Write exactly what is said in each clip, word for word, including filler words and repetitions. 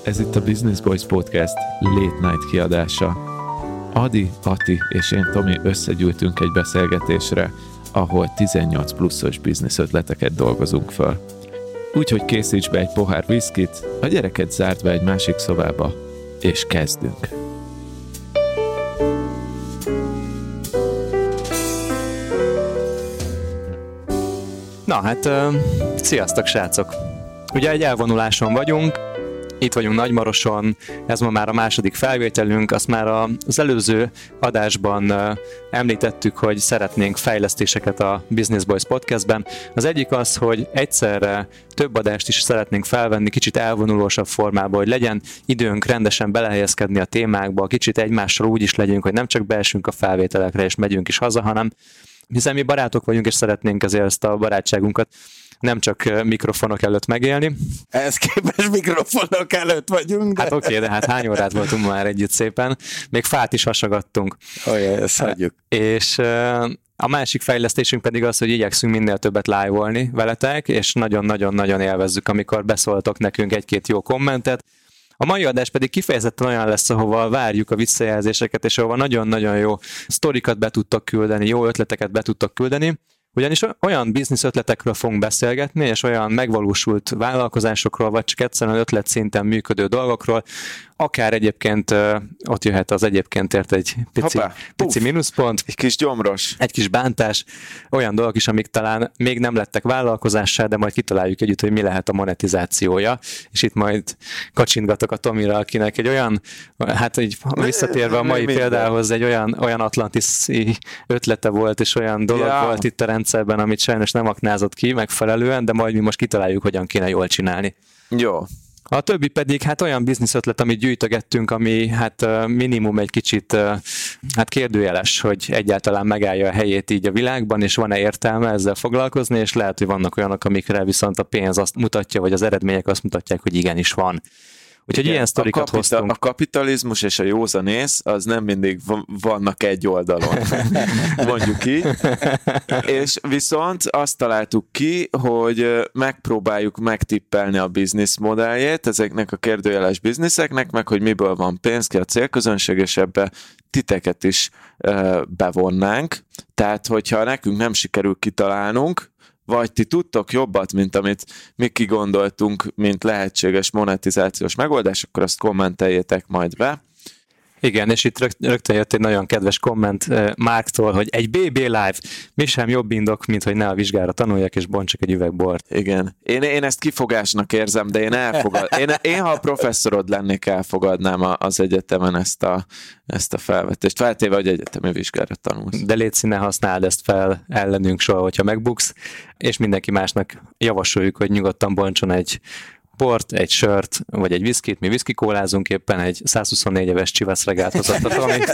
Ez itt a Business Boys Podcast Late Night kiadása. Adi, Ati és én, Tomi összegyűltünk egy beszélgetésre, ahol tizennyolc pluszos biznisz ötleteket dolgozunk föl. Úgyhogy készíts be egy pohár viszkit, a gyereket zárd be egy másik szobába, és kezdünk! Na hát, uh, sziasztok srácok! Ugye egy elvonuláson vagyunk, itt vagyunk Nagymaroson, ez ma már a második felvételünk, azt már az előző adásban uh, említettük, hogy szeretnénk fejlesztéseket a Business Boys Podcastben. Az egyik az, hogy egyszerre több adást is szeretnénk felvenni, kicsit elvonulósabb formában, hogy legyen időnk rendesen belehelyezkedni a témákba, kicsit egymással úgy is legyünk, hogy nem csak beesünk a felvételekre és megyünk is haza, hanem hiszen mi barátok vagyunk, és szeretnénk azért ezt a barátságunkat nem csak mikrofonok előtt megélni. Ehhez képest mikrofonok előtt vagyunk. De... Hát oké, okay, de hát hány órát voltunk már együtt szépen. Még fát is hasogattunk. Olyan, ezt hagyjuk. És a másik fejlesztésünk pedig az, hogy igyekszünk minél többet live-olni veletek, és nagyon-nagyon-nagyon élvezzük, amikor beszóltok nekünk egy-két jó kommentet. A mai adás pedig kifejezetten olyan lesz, ahova várjuk a visszajelzéseket, és ahova nagyon-nagyon jó sztorikat be tudtok küldeni, jó ötleteket be tudtok küldeni, ugyanis olyan biznisz ötletekről fogunk beszélgetni, és olyan megvalósult vállalkozásokról, vagy csak egyszerűen ötlet szinten működő dolgokról, akár egyébként ott jöhet az egyébkéntért egy pici, pici mínuszpont. Egy kis gyomros. Egy kis bántás. Olyan dolgok is, amik talán még nem lettek vállalkozássá, de majd kitaláljuk együtt, hogy mi lehet a monetizációja. És itt majd kacsintgatok a Tomira, akinek egy olyan, hát így visszatérve a mai példához, egy olyan, olyan atlantiszi ötlete volt, és olyan dolog ja. volt itt a rendszerben, amit sajnos nem aknázott ki megfelelően, de majd mi most kitaláljuk, hogyan kéne jól csinálni. Jó. A többi pedig hát olyan biznisz ötlet, amit gyűjtögettünk, ami hát minimum egy kicsit hát kérdőjeles, hogy egyáltalán megállja a helyét így a világban, és van-e értelme ezzel foglalkozni, és lehet, hogy vannak olyanok, amikre viszont a pénz azt mutatja, vagy az eredmények azt mutatják, hogy igenis van. Úgyhogy igen, ilyen sztorikat a kapita- hoztunk. A kapitalizmus és a józanész, az nem mindig vannak egy oldalon, mondjuk így. És viszont azt találtuk ki, hogy megpróbáljuk megtippelni a biznisz modelljét ezeknek a kérdőjeles bizniszeknek, meg hogy miből van pénz, ki a célközönség, és ebbe titeket is bevonnánk. Tehát, hogyha nekünk nem sikerül kitalálnunk, vagy ti tudtok jobbat, mint amit mi kigondoltunk, mint lehetséges monetizációs megoldás, akkor azt kommenteljétek majd be. Igen, és itt rögtön jött egy nagyon kedves komment Márktól, hogy egy bé bé live, mi sem jobb indok, mint hogy ne a vizsgára tanuljak, és bontsak egy üveg bort. Igen. Én, én ezt kifogásnak érzem, de én elfogad. Én, én, ha a professzorod lennék, elfogadnám az egyetemen ezt a, ezt a felvetést. Feltéve, hogy egyetemi vizsgára tanulsz. De légy színe, használd ezt fel ellenünk soha, hogyha megbuksz, és mindenki másnak javasoljuk, hogy nyugodtan bontson egy bort, egy sört, vagy egy viszkit, mi viszkikólázunk éppen, egy százhuszonnégy éves Chivas Regát hozott a Tomi.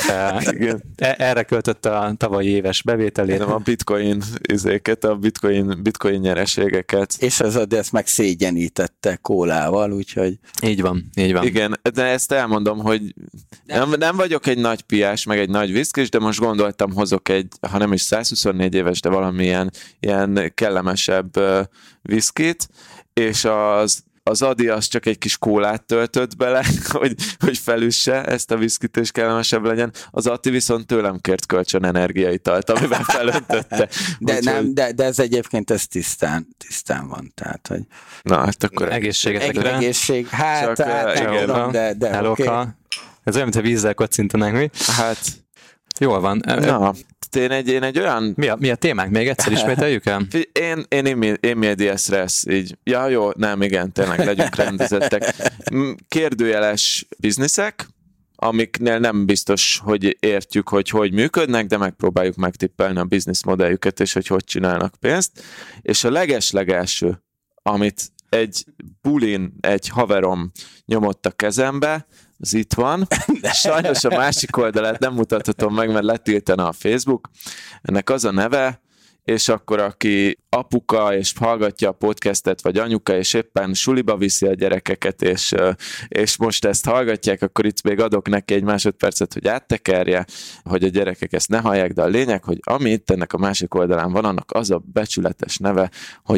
Erre költötte a tavalyi éves bevételét. Nem a bitcoin izéket, a bitcoin, bitcoin nyereségeket. És ez a ezt meg szégyenítette kólával, úgyhogy... Így van, így van. Igen, de ezt elmondom, hogy nem, nem vagyok egy nagy piás, meg egy nagy viszkis, de most gondoltam, hozok egy, ha nem is százhuszonnégy éves, de valamilyen ilyen kellemesebb uh, viszkit, és az, az Adi az csak egy kis kólát töltött bele, hogy, hogy felüsse ezt a viszkit, és kellemesebb legyen. Az Ati viszont tőlem kért kölcsön energiaitalt, amivel felöntötte. De, úgy, nem, de, de ez egyébként ez tisztán, tisztán van, tehát, hogy... Na, hát akkor... Egészségetekre. Egészség, hát, csak, hát igen, nem tudom, de, de oké. Okay. Ez olyan, mintha vízzel kocintanánk mi. Hát... Jól van. Na, én egy, én egy olyan... Mi a, mi a témánk? Még egyszer ismételjük el? Én, én Emil Stress, így. Ja, jó, nem, igen, tényleg legyünk rendezettek. Kérdőjeles bizniszek, amiknél nem biztos, hogy értjük, hogy hogy működnek, de megpróbáljuk megtippelni a bizniszmodelljüket, és hogy hogy csinálnak pénzt. És a leges-legelső, amit egy bulin, egy haverom nyomott a kezembe, az itt van. Sajnos a másik oldalát nem mutathatom meg, mert letiltana a Facebook. Ennek az a neve, és akkor aki apuka, és hallgatja a podcastet, vagy anyuka, és éppen suliba viszi a gyerekeket, és, és most ezt hallgatják, akkor itt még adok neki egy másodpercet, hogy áttekerje, hogy a gyerekek ezt ne hallják, de a lényeg, hogy ami itt ennek a másik oldalán van, annak az a becsületes neve, hogy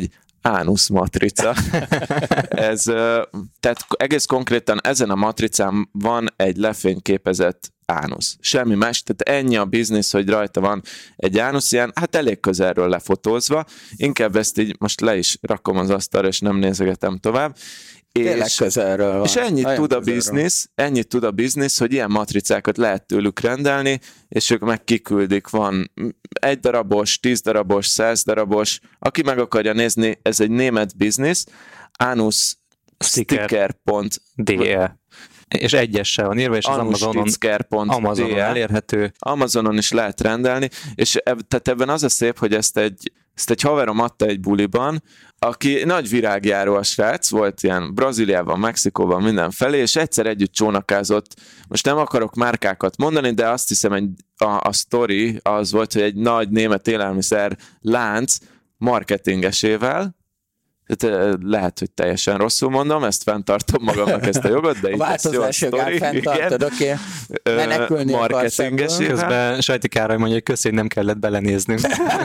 ánusz matrica. Ez, tehát egész konkrétan ezen a matricán van egy lefényképezett ánusz. Semmi más, tehát ennyi a biznisz, hogy rajta van egy ánusz, ilyen, hát elég közelről lefotózva. Inkább ezt így most le is rakom az asztalra, és nem nézegetem tovább. És, és ennyit tud a biznisz, ennyit tud a biznisz, hogy ilyen matricákat lehet tőlük rendelni, és ők meg kiküldik, van egy darabos, tíz darabos, száz darabos, aki meg akarja nézni, ez egy német biznisz, anus sticker pont d e és egyessel van írva, és az Amazonon, Amazonon elérhető. Amazonon is lehet rendelni, és eb, tehát ebben az a szép, hogy ezt egy, ezt egy haverom adta egy buliban, aki nagy virágjáró a srác, volt ilyen Brazíliában, Mexikóban, mindenfelé, és egyszer együtt csónakázott, most nem akarok márkákat mondani, de azt hiszem, egy, a, a sztori az volt, hogy egy nagy német élelmiszer lánc marketingesével, tehát lehet, hogy teljesen rosszul mondom, ezt fenntartom magamnak ezt a jogot, de a változás jogán fenntartod, oké. Okay. Menekülni marketingesével. Közben Sajti Károly mondja, hogy köszi, hogy nem kellett belenéznünk.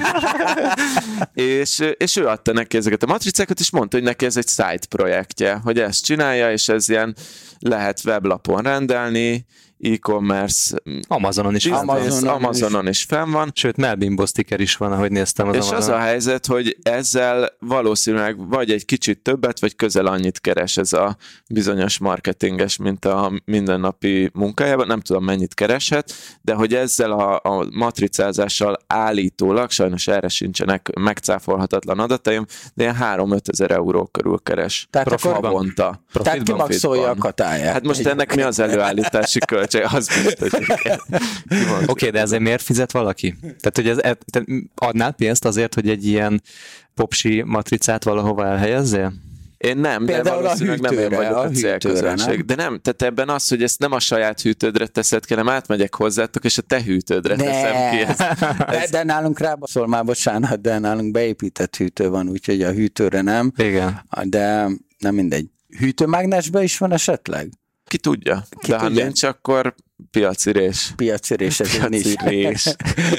és, és ő adta neki ezeket a matricákat, és mondta, hogy neki ez egy side projektje, hogy ezt csinálja, és ez ilyen lehet weblapon rendelni, e-commerce. Amazonon is Amazonon, Amazonon is fenn van. Sőt, Melbimbo sticker is van, ahogy néztem az És Amazonon. az a helyzet, hogy ezzel valószínűleg vagy egy kicsit többet, vagy közel annyit keres ez a bizonyos marketinges, mint a mindennapi munkájában. Nem tudom, mennyit kereshet, de hogy ezzel a, a matricázással állítólag, sajnos erre sincsenek megcáfolhatatlan adataim, de ilyen három-ötezer euró körül keres. Tehát havonta. Tehát kimaxolja a katáját. Hát most ennek mi az előállítási költség? Az biztos, hogy Oké, okay, de ezért miért fizet valaki? Tehát, hogy ez, te adnál pénzt azért, hogy egy ilyen popsi matricát valahova elhelyezzél? Én nem, például de valószínűleg nem én vagyok a, a célközönség. De nem, tehát ebben az, hogy ezt nem a saját hűtődre teszed ki, hanem átmegyek hozzátok, és a te hűtődre ne. teszem ki. Ez, ez... De, de nálunk rábaszol már, bocsánat, de nálunk beépített hűtő van, úgyhogy a hűtőre nem. Igen. De nem mindegy. Hűtőmágnesben is van esetleg? Ki tudja. Ki de tudja? Ha nincs, akkor piaci rés. Piaci rés, ez piaci rés.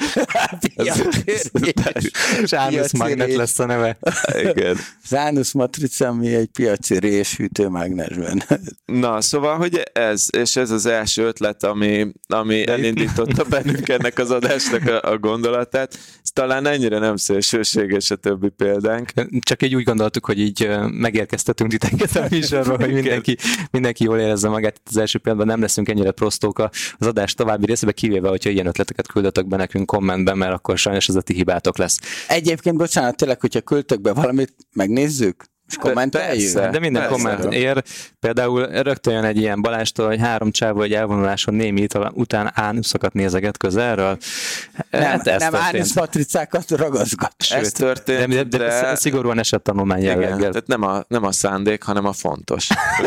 Zsánusz magnet lesz a neve. Igen. Zsánusz matrica, ami egy piaci rés hűtőmágnesben. Na, szóval, hogy ez, és ez az első ötlet, ami, ami elindította bennünk ennek az adásnak a, a gondolatát. Ez talán ennyire nem szélsőséges a többi példánk. Csak így úgy gondoltuk, hogy így megérkeztetünk titeket a műsorba, hogy mindenki, mindenki jól érezze magát. Az első pillanatban nem leszünk ennyire prostók az adás további részébe, kivéve, hogyha ilyen ötleteket küldötök be nekünk kommentben, mert akkor sajnos ez a ti hibátok lesz. Egyébként, bocsánat, tényleg, hogyha küldtök be valamit, megnézzük, és kommenteljük. De minden persze. Komment ér. Például rögtön jön egy ilyen Balástól, hogy három csávó egy elvonuláson némi ital után ánuszokat nézeget közelről. Nem, hát nem ánusz matricákat ragaszgat. Sőt, ez történt, de, de, de, de szigorúan esettanulmány jelleggel. Tehát nem a, nem a szándék, hanem a fontos.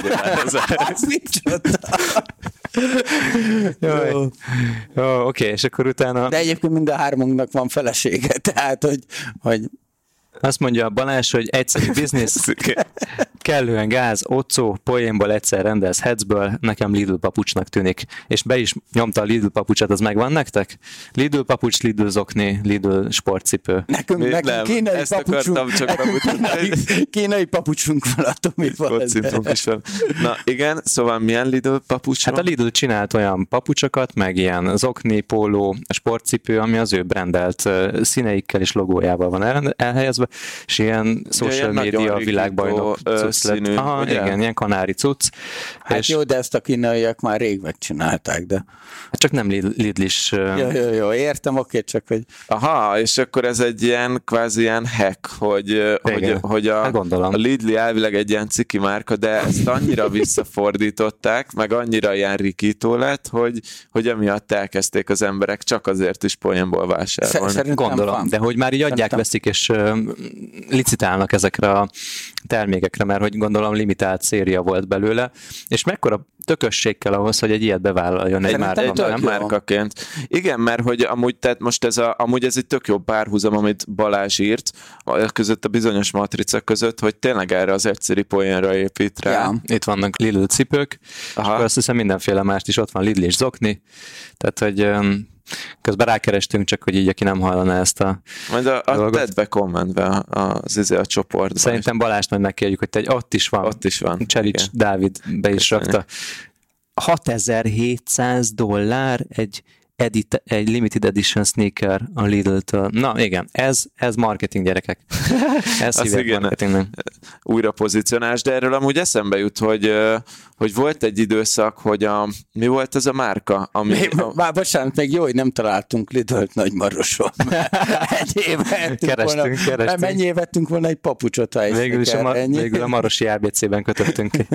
Jó, jó, oké, és akkor utána... De egyébként mind a hármunknak van felesége, tehát, hogy, hogy azt mondja a Balázs, hogy egyszerű biznisz, kellően gáz, otcó, poénból egyszer rendelsz Hetzből, nekem Lidl papucsnak tűnik. És be is nyomta a Lidl papucsot, az megvan nektek? Lidl papucs, Lidl zokni, Lidl sportcipő. Nekünk, Mi, nekünk nem, kínai ezt papucsunk. akartam csak kínai, kínai papucsunk van, attól mi van. is van. Na igen, szóval milyen Lidl papucs? Hát a Lidl csinált olyan papucsokat, meg ilyen zokni, póló, sportcipő, ami az ő brandelt színeikkel és logójával van elhelyezve, és ilyen social media világbajnok cucc lett. Aha, ugye? Igen, ilyen kanári cucc. Hát és jó, de ezt a kínaiak már rég megcsinálták, de... Hát csak nem Lidl is... Jó, jó, jó, értem, oké, csak hogy... Aha, és akkor ez egy ilyen kvázi ilyen hack, hogy, hogy, hogy a, hát a Lidl elvileg egy ilyen ciki márka, de ezt annyira visszafordították, meg annyira ilyen rikító lett, hogy, hogy emiatt elkezdték az emberek csak azért is poénból vásárolni. Szerintem gondolom, van. De hogy már így adják, Szerintem. veszik, és uh, licitálnak ezekre a termékekre, mert hogy gondolom limitált széria volt belőle, és mekkora tökösség kell ahhoz, hogy egy ilyet bevállaljon egy márka, egy nem? márkaként. Igen, mert hogy amúgy, tehát most ez a, amúgy ez egy tök jó párhuzam, amit Balázs írt, között a bizonyos matrica között, hogy tényleg erre az egyszerű poénra épít rá. Ja. Itt vannak Lidl cipők, Aha. és akkor azt hiszem mindenféle mást is, ott van Lidl és zokni, tehát hogy Közben rákerestünk, csak hogy így, aki nem hallana ezt a Majd a, a tedd be kommentbe az izé a csoportban. Szerintem Balázs majd megkérjük, hogy te, ott is van. Ott is van. Cserics Dávid be is Köszönjük. rakta. hatezer-hétszáz dollár egy edit, egy limited edition sneaker a Lidl-től. Na igen, ez, ez marketing, gyerekek. Ez hívják marketingnek. Újra pozícionálás, de erről amúgy eszembe jut, hogy, hogy volt egy időszak, hogy a, mi volt ez a márka? Ami, Még, a... Már bocsánat, még jó, hogy nem találtunk Lidl-t Nagymaroson. Egy éve kerestünk, volna, kerestünk. Mennyi éve vettünk volna egy papucsot, ha Végül is a, ma, végül a Marosi á bé cé-ben kötöttünk ki.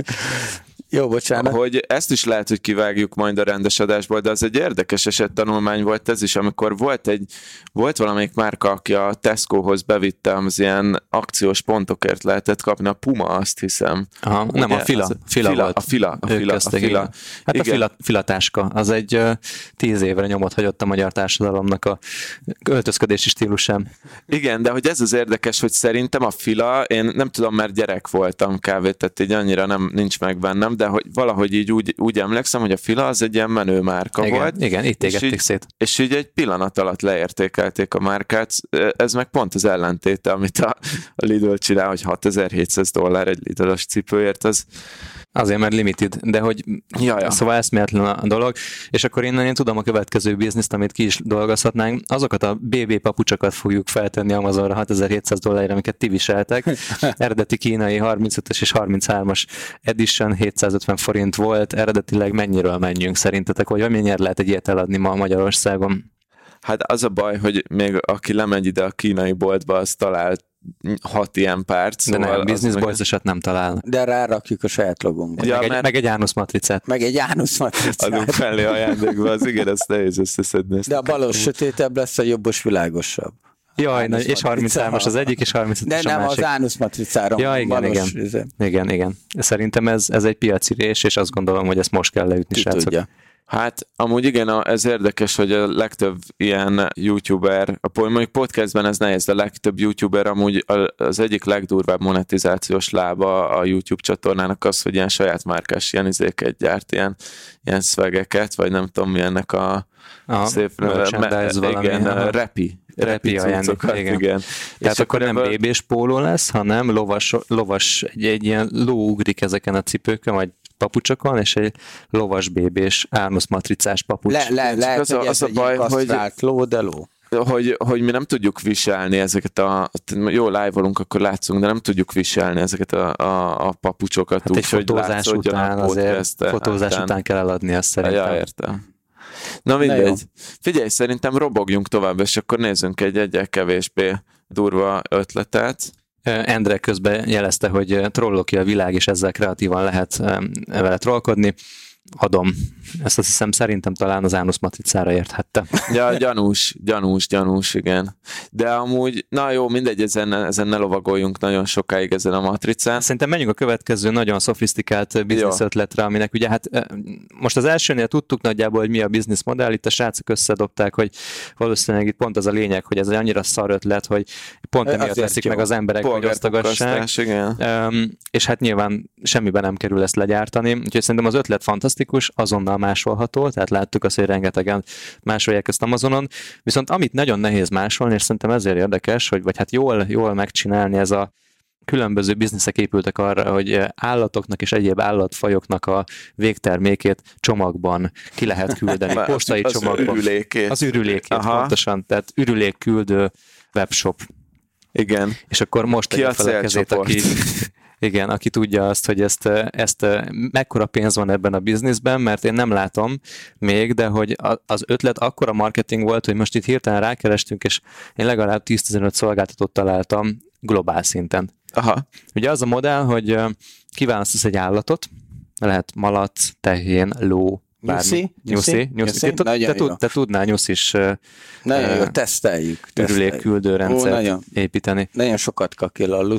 Jó, bocsánat. Hogy ezt is lehet, hogy kivágjuk majd a rendes adásból, de az egy érdekes esettanulmány volt ez is, amikor volt egy, volt valamelyik márka, aki a Tescohoz bevitte, az ilyen akciós pontokért lehetett kapni, a Puma, azt hiszem. Aha, Ugye, nem, a fila, az, fila, fila volt. A fila, a fila, a köztek, fila. Hát Igen. a fila, filatáska, az egy uh, tíz évre nyomot hagyott a magyar társadalomnak a öltözködési stílusán. Igen, de hogy ez az érdekes, hogy szerintem a fila, én nem tudom, mert gyerek voltam kb. Tehát így annyira nem, nincs meg bennem, de hogy valahogy így úgy, úgy emlékszem, hogy a fila az egy ilyen menő márka igen, volt. Igen, itt égették így, szét. És így egy pillanat alatt leértékelték a márkát. Ez meg pont az ellentéte, amit a, a Lidl csinál, hogy hatezer-hétszáz dollár egy Lidl-os cipőért, az... Azért, mert limited, de hogy ja, ja. Szóval eszméletlen a dolog, és akkor innen én tudom a következő bizniszt, amit ki is dolgozhatnánk, azokat a bé bé papucsokat fogjuk feltenni Amazonra hatezer-hétszáz dollárra, amiket ti viseltek. Eredeti kínai harmincötös és harminchármas edition hétszázötven forint volt, eredetileg mennyiről menjünk szerintetek, vagy mennyire lehet egy ilyet eladni ma Magyarországon? Hát az a baj, hogy még aki lemegy ide a kínai boltba, az talált hat ilyen párt. Szóval de nem, business meg... boys-osat nem talál. De rárakjuk a saját logónkat. Ja, meg, mert... egy, meg egy János matricát. Meg egy János matricát. Adunk felé ajándékba, az igen, ezt nehéz összeszedni. De a balos sötétebb lesz, a jobbos világosabb. Jaj, na, és harminchárom az egyik, és harmincötös de a nem, másik. az János matricára. Ja, igen, balos, igen. igen, igen. Szerintem ez, ez egy piaci rés, és azt gondolom, hogy ezt most kell leütni, Ki srácok. tudja. Hát amúgy igen, ez érdekes, hogy a legtöbb ilyen youtuber, a mondjuk podcastben ez nehéz, de a legtöbb youtuber amúgy az egyik legdurvább monetizációs lába a YouTube csatornának az, hogy ilyen saját márkás ilyen izéket gyárt, ilyen, ilyen szvegeket, vagy nem tudom mi ennek a Aha, szép neve, igen, a repi. Repi ajándék, igen. igen. Tehát és akkor nem ebből... bé bés póló lesz, hanem lovas, lovas egy, egy ilyen ló ugrik ezeken a cipőkön, vagy papucsokon, és egy lovas bébés árnusz matricás papucs. Le, le, lehet, az, a, az a baj, hogy ló, de ló. Hogy, hogy mi nem tudjuk viselni ezeket a, jó live-olunk, akkor látszunk, de nem tudjuk viselni ezeket a, a, a papucsokat. Hát úgy, egy fotózás után azért, fotózás hátán. után kell eladni, azt szerintem. Ja, értem. Na mindegy. Figyelj, szerintem robogjunk tovább, és akkor nézzünk egy egyel kevésbé durva ötletet. Endre közben jelezte, hogy trollok ki a világ, és ezzel kreatívan lehet vele trollkodni. Adom. Ezt azt hiszem, szerintem talán az Ánusz matricára érthette. Ja, gyanús, gyanús, gyanús, igen. De amúgy, na jó, mindegy, ezen, ezen ne lovagoljunk nagyon sokáig ezen a matricán. Szerintem menjünk a következő nagyon szofisztikált biznisz ötletre, aminek ugye hát most az elsőnél tudtuk nagyjából, hogy mi a biznisz modell, itt a srácok összedobták, hogy valószínűleg itt pont az a lényeg, hogy ez egy annyira szar ötlet, hogy pont emiatt veszik meg az emberek, hogy osztogassák. Um, és hát nyilván semmiben nem kerül ezt legyártani, úgyhogy szerintem az ötlet fantasztikus, azonnal másolható, tehát láttuk azt, hogy rengetegen másolják ezt Amazonon, viszont amit nagyon nehéz másolni, és szerintem ezért érdekes, hogy vagy hát jól, jól megcsinálni, ez a különböző bizniszek épültek arra, hogy állatoknak és egyéb állatfajoknak a végtermékét csomagban ki lehet küldeni, postai az csomagban. Ürülékét. Az ürülékét, Aha. pontosan, tehát ürülékküldő webshop. Igen. És akkor most ki a fel a kezét, aki... Igen, aki tudja azt, hogy ezt, ezt mekkora pénz van ebben a bizniszben, mert én nem látom még, de hogy az ötlet akkora marketing volt, hogy most itt hirtelen rákerestünk, és én legalább tíz-tizenöt szolgáltatót találtam globál szinten. Aha. Ugye az a modell, hogy kiválasztasz egy állatot, lehet malac, tehén, ló, Nyuszi? Nyuszi? Nyuszi? Te, te, te, te tudnál nyusz is nagyon uh, jó, teszteljük. Ürülékküldő rendszert építeni. Nagyon sokat kakil a Lucy,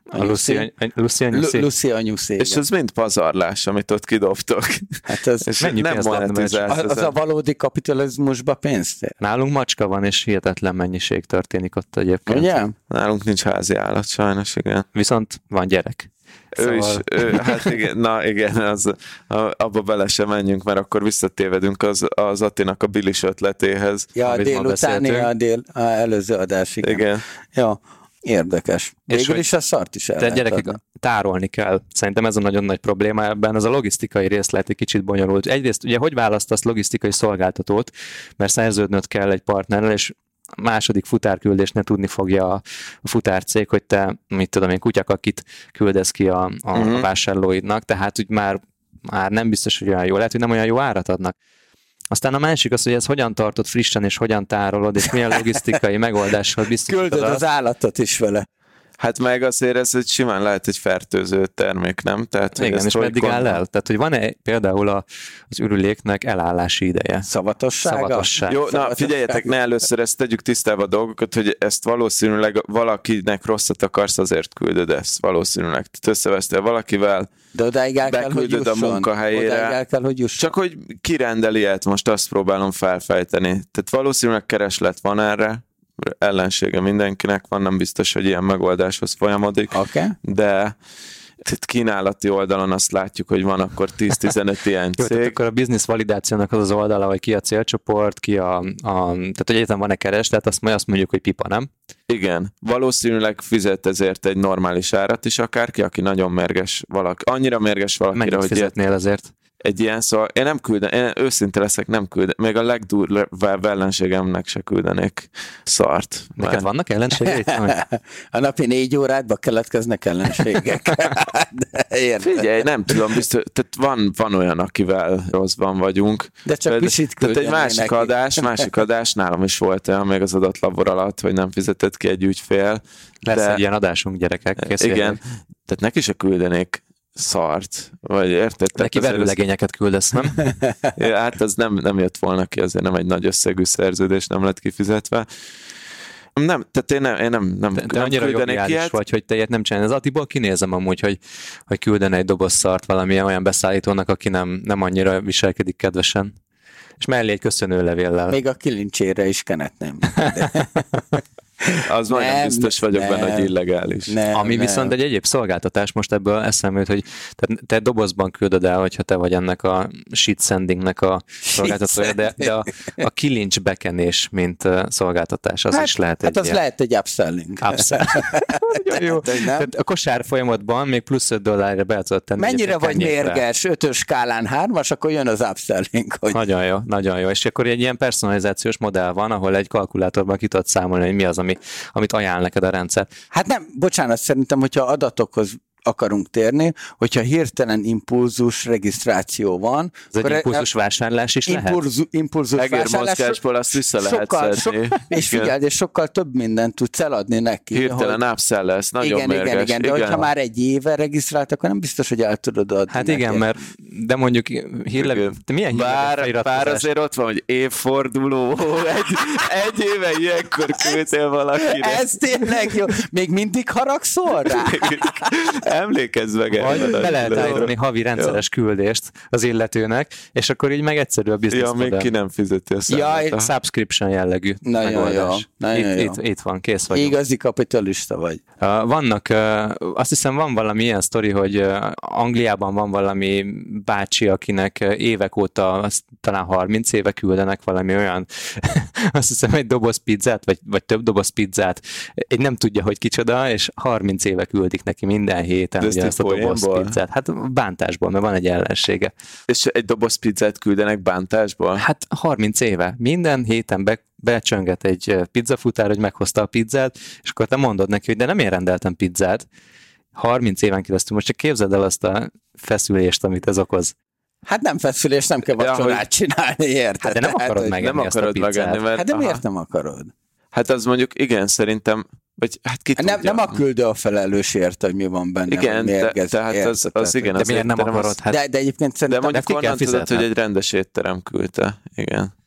A Lucy, Lucy anyuszék. Lucy anyuszék. És ez mind pazarlás, amit ott kidobtok. Hát ez És mennyi nem pénzt adna monetizálsz. az, az a valódi kapitalizmusba pénzt ér. Nálunk macska van, és hihetetlen mennyiség történik ott egyébként. Ugye? Nálunk nincs házi állat, sajnos, igen. Viszont van gyerek. Ő Szóval- is, ő, hát igen, na igen, az, abba bele sem menjünk, mert akkor visszatévedünk az, az Attinak a bilis ötletéhez. Ja, a Amit ma délutáni, beszéltünk. a, dél, a előző adás, igen. Igen. Ja, érdekes. És Végül hogy- is a szart is el De lehet gyerekek, adni. tárolni kell. Szerintem ez a nagyon nagy probléma ebben. Ez a logisztikai rész lehet egy kicsit bonyolult. Egyrészt ugye hogy választasz logisztikai szolgáltatót, mert szerződnöd kell egy partnerrel, és a második futárküldésnél tudni fogja a, a futárcég, hogy te, mit tudom én, kutyakakit küldesz ki a, a, Mhm. a vásárlóidnak, tehát úgy már, már nem biztos, hogy olyan jó. Lehet, hogy nem olyan jó árat adnak. Aztán a másik az, hogy ez hogyan tartod frissen, és hogyan tárolod, és milyen logisztikai megoldással biztosítod Küldöd azt. az állatot is vele. Hát meg azért ez egy simán lehet egy fertőző termék, nem? Tehát, hogy Igen, ezt és hogy meddig áll gondol- el? Tehát, hogy van-e például a, az ürüléknek elállási ideje? Szavatossága? Szavatosság. Jó, na Szavatosság. figyeljetek, ne először ezt tegyük tisztába a dolgokat, hogy ezt valószínűleg valakinek rosszat akarsz, azért küldöd ezt valószínűleg. Tehát összevesztél valakivel, De odáig el kell, hogy beküldöd a jusson. munkahelyére. Odáig el kell, hogy jusson. csak hogy kirendeli ilyet, most azt próbálom felfejteni. Tehát valószínűleg kereslet van erre, ellensége mindenkinek van, nem biztos, hogy ilyen megoldáshoz folyamodik, Oké. Okay. de tehát kínálati oldalon azt látjuk, hogy van akkor tíz-tizenöt ilyen Jó, tehát cég. akkor a business validációnak az az oldala, hogy ki a célcsoport, ki a, a tehát hogy egyáltalán van-e kereslet, azt, azt mondjuk, hogy pipa, nem? Igen, valószínűleg fizet ezért egy normális árat is akárki, aki nagyon mérges valaki, annyira mérges valakire, Mennyit hogy ilyet, fizetnél ezért? egy ilyen, szóval én nem küldem, én őszinte leszek, nem küldem, még a legdurvább ellenségemnek se küldenék szart. Neked Mert- vannak ellenségeid? A napi négy órádba keletkeznek ellenségek. De érted. Figyelj, nem tudom, biztos, tehát van, van olyan, akivel rosszban vagyunk. De csak De- pisit Tehát egy küldenél másik neki. adás, másik adás, nálam is volt olyan még az adatlabor alatt, hogy nem fizetett ki egy ügyfél. Lesz de- egy ilyen adásunk, gyerekek. Készüljetek. Igen, tehát neki se küldenék szart, vagy érted? Tehát Neki azért ez- verőlegényeket küldesz, nem? Ja, hát ez nem, nem jött volna ki, azért nem egy nagy összegű szerződés, nem lett kifizetve. Nem, tehát én nem, én nem, nem, Te, te nem annyira küldenék jogiális ilyet. vagy, hogy te ilyet nem csinálni. Az Attiból kinézem amúgy, hogy, hogy küldene egy doboz szart valamilyen olyan beszállítónak, aki nem, nem annyira viselkedik kedvesen. És mellé egy köszönőlevéllel. Még a kilincsére is kenetném. Az majdnem Nem, biztos vagyok nem. benne, hogy illegális. Nem, Ami nem. viszont egy egyéb szolgáltatás, most ebből eszembe jut, hogy te, te dobozban küldöd el, hogyha te vagy ennek a shit sendingnek a szolgáltatója, de, de a, a kilincs bekenés, mint uh, szolgáltatás, az hát, is lehet egy Hát az ilyen lehet egy upselling. upsell. Nagyon jó. Hát, hogy nem? Tehát a kosár folyamatban még plusz öt dollárra be tudod tenni. Mennyire egyébként vagy kenyérre. mérges? Ötös skálán hármas, akkor jön az upselling. Hogy... Nagyon jó, nagyon jó. És akkor egy ilyen personalizációs modell van, ahol egy kalkulátorban ki tudod számolni, hogy mi az, ami, amit ajánl neked a rendszer. Hát nem, bocsánat, szerintem, hogyha adatokhoz akarunk térni, hogyha hirtelen impulzus regisztráció van, Ez egy impulzus vásárlás is lehet? impulzu, impulzus vásárlás, Egérmozgásból azt vissza lehet sokkal, szedni. sok, és Igen. figyeld, és sokkal több mindent tudsz eladni neki. Hirtelen hogy- upsell lesz, nagyon igen, mérges. igen, igen, de hogyha már egy éve regisztrált, akkor nem biztos, hogy el tudod adni Hát neki. igen, mert de mondjuk hírlev... Igen. Te milyen hírlevél Bár, feliratkozás? bár azért ott van, hogy évforduló, egy, egy éve ilyenkor küldtél valakinek. Ez tényleg jó. Még mindig haragszol rá? Emlékezz meg Vagy erre. be lehet állítani havi rendszeres küldést az illetőnek, és akkor így meg egyszerű a business Ja, még modell. ki nem fizeti a Ja, számot. Subscription jellegű Nagyon megoldás. jó, nagyon itt, jó. Itt, itt van, kész vagyunk. Igazi kapitalista vagy. Uh, vannak, uh, azt hiszem van valami ilyen sztori, hogy uh, Angliában van valami bácsi, akinek uh, évek óta, azt talán harminc éve küldenek valami olyan, azt hiszem egy doboz pizzát, vagy, vagy több doboz pizzát, egy nem tudja, hogy kicsoda, és harminc éve küldik neki minden héten De ezt ugye így ezt a doboz poénból? pizzát. Hát bántásból, mert van egy ellensége. És egy doboz pizzát küldenek bántásból? Hát harminc éve. Minden héten be, becsönget egy uh, pizzafutár, hogy meghozta a pizzát, és akkor te mondod neki, hogy de nem én rendeltem pizzát. harminc éven keresztül. Most csak képzeld el azt a feszülést, amit ez okoz. Hát nem feszülés, nem kell Ja, vacsorát hogy- csinálni, érted? Hát de nem Tehát, akarod hogy- megenni Nem azt a akarod pizzát. megenni, mert... Hát de aha. miért nem akarod? Hát az mondjuk, igen, szerintem, vagy hát ki Nem, tudja. nem a küldő a felelős érte, hogy mi van benne. Igen, hogy de, mérgez, tehát az, érted? az igen. De az miért nem étterem akarod? Az, Hát De, de egyébként de szerintem... mondjuk ki kell onnan tudod, fizetned. hogy egy rendes étterem küldte. Igen.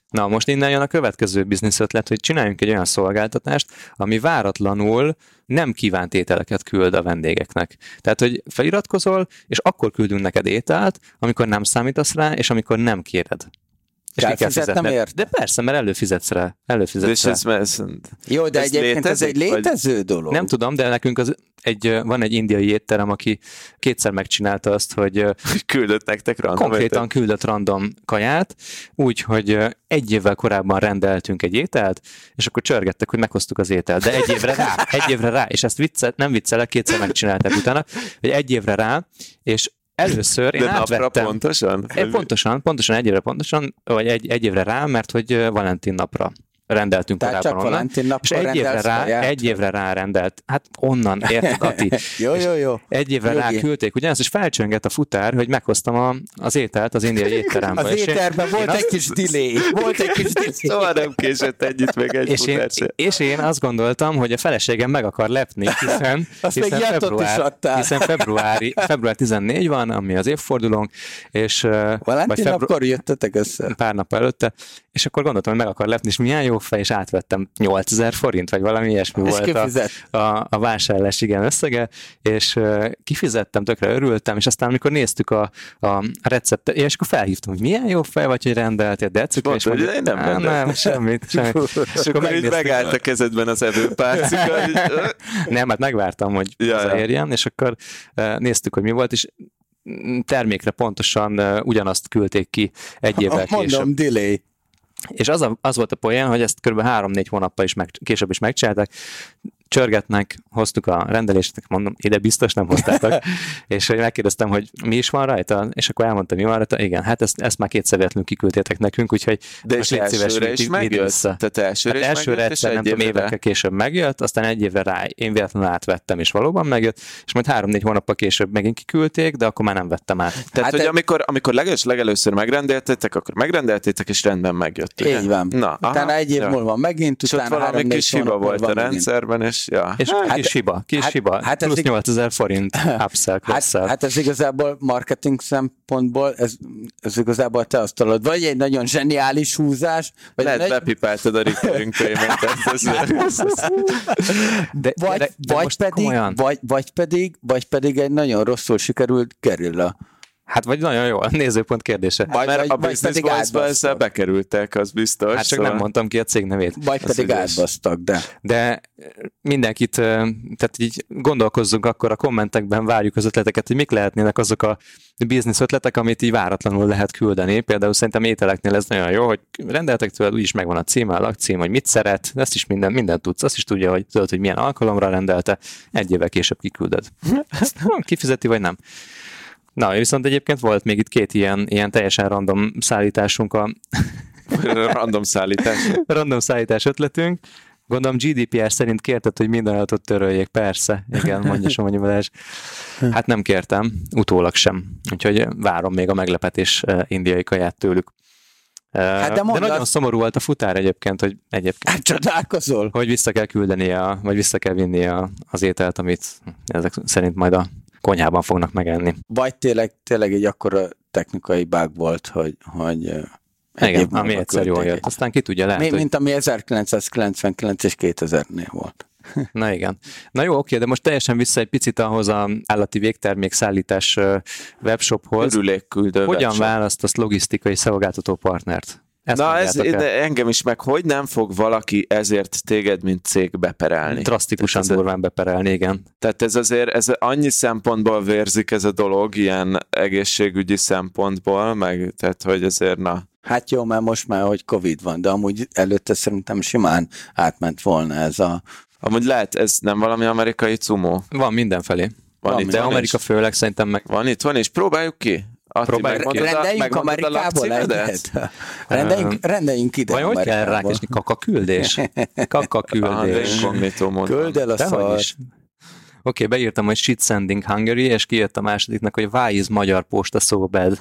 Na, most innen jön a következő bizniszötlet, hogy csináljunk egy olyan szolgáltatást, ami váratlanul nem kívánt ételeket küld a vendégeknek. Tehát, hogy feliratkozol, és akkor küldünk neked ételt, amikor nem számítasz rá, és amikor nem kéred. És kell ki kell fizetnem fizetned. érte? De persze, mert előfizetsz rá. Előfizetsz rá. Ez, ez, Jó, de ez egyébként ez egy létezik, létező vagy? dolog. Nem tudom, de nekünk az egy, van egy indiai étterem, aki kétszer megcsinálta azt, hogy küldött nektek random konkrétan ételt. küldött random kaját, úgy, hogy egy évvel korábban rendeltünk egy ételt, és akkor csörgettek, hogy meghoztuk az ételt, de egy évre rá, egy évre rá, és ezt viccel, nem viccelek, kétszer megcsinálták utána, hogy egy évre rá, és először én De napra átvettem. pontosan? Pontosan, pontosan egy évre pontosan, vagy egy, egy évre rá, mert hogy Valentin napra rendeltünk Tehát korábban csak onnan. Valentin És napra egy évre, rá, kaját? egy évre rá rendelt. Hát onnan, érted, Ati? Jó, jó, jó. Egy évre rá Jogi. küldték ugyanazt, és felcsöngett a futár, hogy meghoztam a, az ételt az indiai étterembe. Az És én- étterben volt én egy azt- kis delay. Volt egy kis delay. Soha nem késett együtt még egy és én, futár se. és én azt gondoltam, hogy a feleségem meg akar lepni, hiszen, Azt még hiszen, jatot is február, adtál. hiszen februári, február tizennégy van, ami az évfordulónk, és uh, vagy Valentin febru- akkor jöttetek össze. pár nap előtte, és akkor gondoltam, hogy meg akar lepni, és milyen jó fej, és átvettem nyolcezer forint, vagy valami ilyesmi És volt a, kifizet. a, a vásárlás igen összege, és uh, kifizettem, tökre örültem, és aztán amikor néztük a, a receptet, és akkor felhívtam, hogy milyen jó fej vagy, hogy rendeltél, de cukor, és Mondta, hogy mondjuk, én nem "Á, rendeltem." nem, semmit, semmit. És akkor így megnéztük. megállt a kezedben az evőpálcika, hogy Nem, hát megvártam, hogy Ja, ja. érjen, és akkor uh, néztük, hogy mi volt, és mm, termékre pontosan uh, ugyanazt küldték ki egy évvel később. Mondom, delay. És az, a, az volt a poén, hogy ezt kb. három-négy hónappal is meg, később is megcsinálták, csörgetnek, hoztuk a rendelést, mondom, ide biztos nem hoztátok, és megkérdeztem, hogy mi is van rajta, és akkor elmondta, mi van rajta, igen, hát ezt, ezt már kétszer véletlenül kiküldtétek nekünk, úgyhogy de most és légy szíves, elsőre vidd- is vidd megjött? vissza. Tehát elsőre Hát is elsőre megjött, egyszer, és nem egy tudom, évre évekkel később megjött, aztán egy évre rá, én véletlenül átvettem, és valóban megjött, és majd három-négy hónappal később megint kiküldték, de akkor már nem vettem át. Tehát, Hát hogy egy- amikor, amikor leges, legelőször megrendeltétek, akkor megrendeltétek, és rendben megjött. ugye? Így van. Na, Utána aha, egy év ja. múlva megint, És ott utána valami három-négy kis hiba hónap volt a múlva megint. rendszerben, és ja. És Hát- kis hiba, kis hát- hiba, hát ez plusz ig- nyolcezer forint, upsell, Hát, cross-sell. hát ez igazából marketing szempontból, ez, ez igazából te asztalod. Vagy egy nagyon zseniális húzás, vagy Lehet egy, bepipáltad a recurring payment-et. Ez, ez, ez, de, vagy, de, de vagy, most pedig, komolyan. vagy, vagy, pedig, vagy pedig egy nagyon rosszul sikerült gerilla. Hát vagy nagyon jó, a nézőpont kérdése. Vagy, mert vagy, a vagy Business pedig Voice-ba ezzel átbasztak. bekerültek, az biztos. Hát csak nem mondtam ki a cég nevét. Vagy Az pedig ügyes. átbasztak, de. De mindenkit, ö, tehát így gondolkozzunk akkor a kommentekben, várjuk az ötleteket, hogy mik lehetnének azok a business ötletek, amit így váratlanul lehet küldeni. Például szerintem ételeknél ez nagyon jó, hogy rendeltek tőled, úgyis megvan a címe, a lakcím, hogy mit szeret, ezt is minden, mindent tudsz, azt is tudja, hogy tudod, hogy milyen alkalomra rendelte, egy évvel később kiküldöd. Ezt kifizeti vagy nem. Na, viszont egyébként volt még itt két ilyen, ilyen teljesen random szállításunk, a Random szállítás. random szállítás ötletünk. Gondolom gé dé pé er szerint kérted, hogy minden adatot töröljék. Persze, igen, mondja Somogyi Balázs. Hát nem kértem, utólag sem. Úgyhogy várom még a meglepetés uh, indiai kaját tőlük. Uh, Hát de de mondd nagyon azt- szomorú volt a futár egyébként, hogy egyébként Hát csodálkozol. hogy vissza kell küldeni, a, vagy vissza kell vinni a, az ételt, amit ezek szerint majd a konyhában fognak megenni. Vagy tényleg, tényleg egy akkora technikai bug volt, hogy, hogy ö, egy Igen, év ami múlva egyszer jól küldték. jött. Aztán ki tudja, lehet, Mi, hogy... mint ami ezerkilencszázkilencvenkilenc és kétezernél volt. Na igen. Na jó, oké, de most teljesen vissza egy picit ahhoz a állati végtermék szállítás ö, webshophoz. Örülékküldő Hogyan webshop. választasz logisztikai szolgáltató partnert? Ezt Na ez mondjátok el. de engem is meg, hogy nem fog valaki ezért téged, mint cég beperelni. Drasztikusan Tehát ez- durván beperelni, igen. Tehát ez azért, ez annyi szempontból vérzik ez a dolog, ilyen egészségügyi szempontból, meg tehát, hogy ezért na. Hát jó, mert most már, hogy Covid van, de amúgy előtte szerintem simán átment volna ez a... Amúgy lehet, ez nem valami amerikai cumó. Van mindenfelé. Van, Van, itt, De van Amerika is. főleg szerintem meg... Van itt, van is. Próbáljuk ki. Atti, Próbáljuk ki. megmondod a- Rendeljünk megmondod a Amerikából lakcímedet? egyet? Rendeljünk, rendeljünk ide Vajon hogy kell Amerikából. rákesni? Kaka küldés? Kaka Aha, de küldés. inkognitó módon. Küld el a Dehogy szart. is. Oké, okay, beírtam, hogy shit sending Hungary, és kijött a másodiknak, hogy why is magyar posta so bad?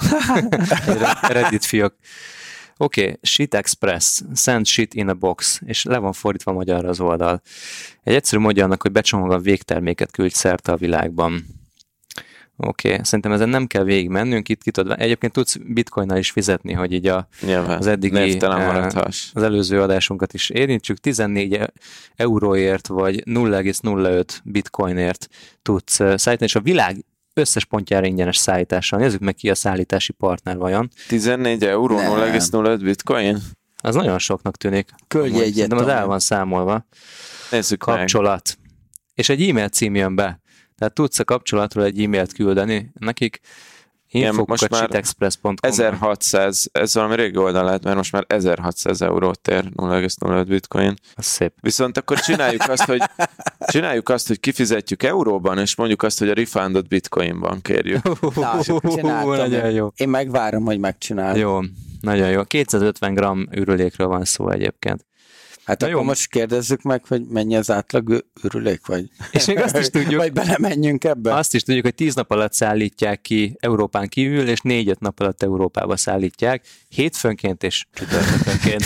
Reddit fiók. Oké, okay, shit express, send shit in a box, és le van fordítva magyarra az oldal. Egy egyszerű módja annak, hogy becsomagol végterméket küldj szerte a világban. Oké, okay. Szerintem ezen nem kell végig mennünk, itt ki tudod, egyébként tudsz bitcoinnal is fizetni, hogy így a, az eddigi, az előző adásunkat is érintsük, tizennégy euróért vagy nulla egész nulla öt bitcoinért tudsz szállítani, és a világ összes pontjára ingyenes szállítással. Nézzük meg ki a szállítási partner vajon. tizennégy euró, nulla egész nulla öt bitcoin? Az nagyon soknak tűnik. Küldj egyet. De az el van számolva. Nézzük Kapcsolat. Meg. És egy e-mail cím jön be. Tehát tudsz a kapcsolatról egy e-mailt küldeni nekik. info kukac sitexpress pont com ezerhatszáz, ez valami régi oldal lehet, mert most már ezerhatszáz eurót ér nulla egész nulla öt bitcoin. Az szép. Viszont akkor csináljuk azt, hogy csináljuk azt, hogy kifizetjük euróban, és mondjuk azt, hogy a refundot bitcoinban kérjük. Na, csináltam. Jó. Én megvárom, hogy megcsinálom. Jó, nagyon jó. kétszázötven gramm ürülékről van szó egyébként. Hát Na akkor jó. Most kérdezzük meg, hogy mennyi az átlag ürülék, vagy, és még azt is tudjuk, vagy belemenjünk ebbe. Azt is tudjuk, hogy tíz nap alatt szállítják ki Európán kívül, és négy-öt nap alatt Európába szállítják, hétfőnként és csütörtökönként.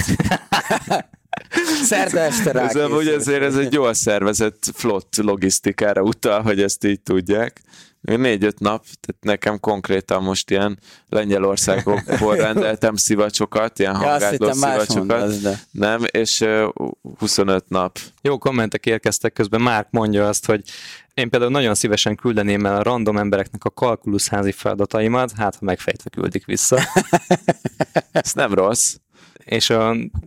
Szerda este rákészül. Ez amúgy azért ez egy jól szervezett flott logisztikára utal, hogy ezt így tudják. Négy-öt nap, tehát nekem konkrétan most ilyen Lengyelországból rendeltem szivacsokat, ilyen ja, hangátló szivacsokat. Mondasz, de... Nem, és uh, huszonöt nap. Jó kommentek érkeztek közben, Márk mondja azt, hogy én például nagyon szívesen küldeném el a random embereknek a kalkuluszházi feladataimat, hát ha megfejtve küldik vissza. Ez nem rossz. És a,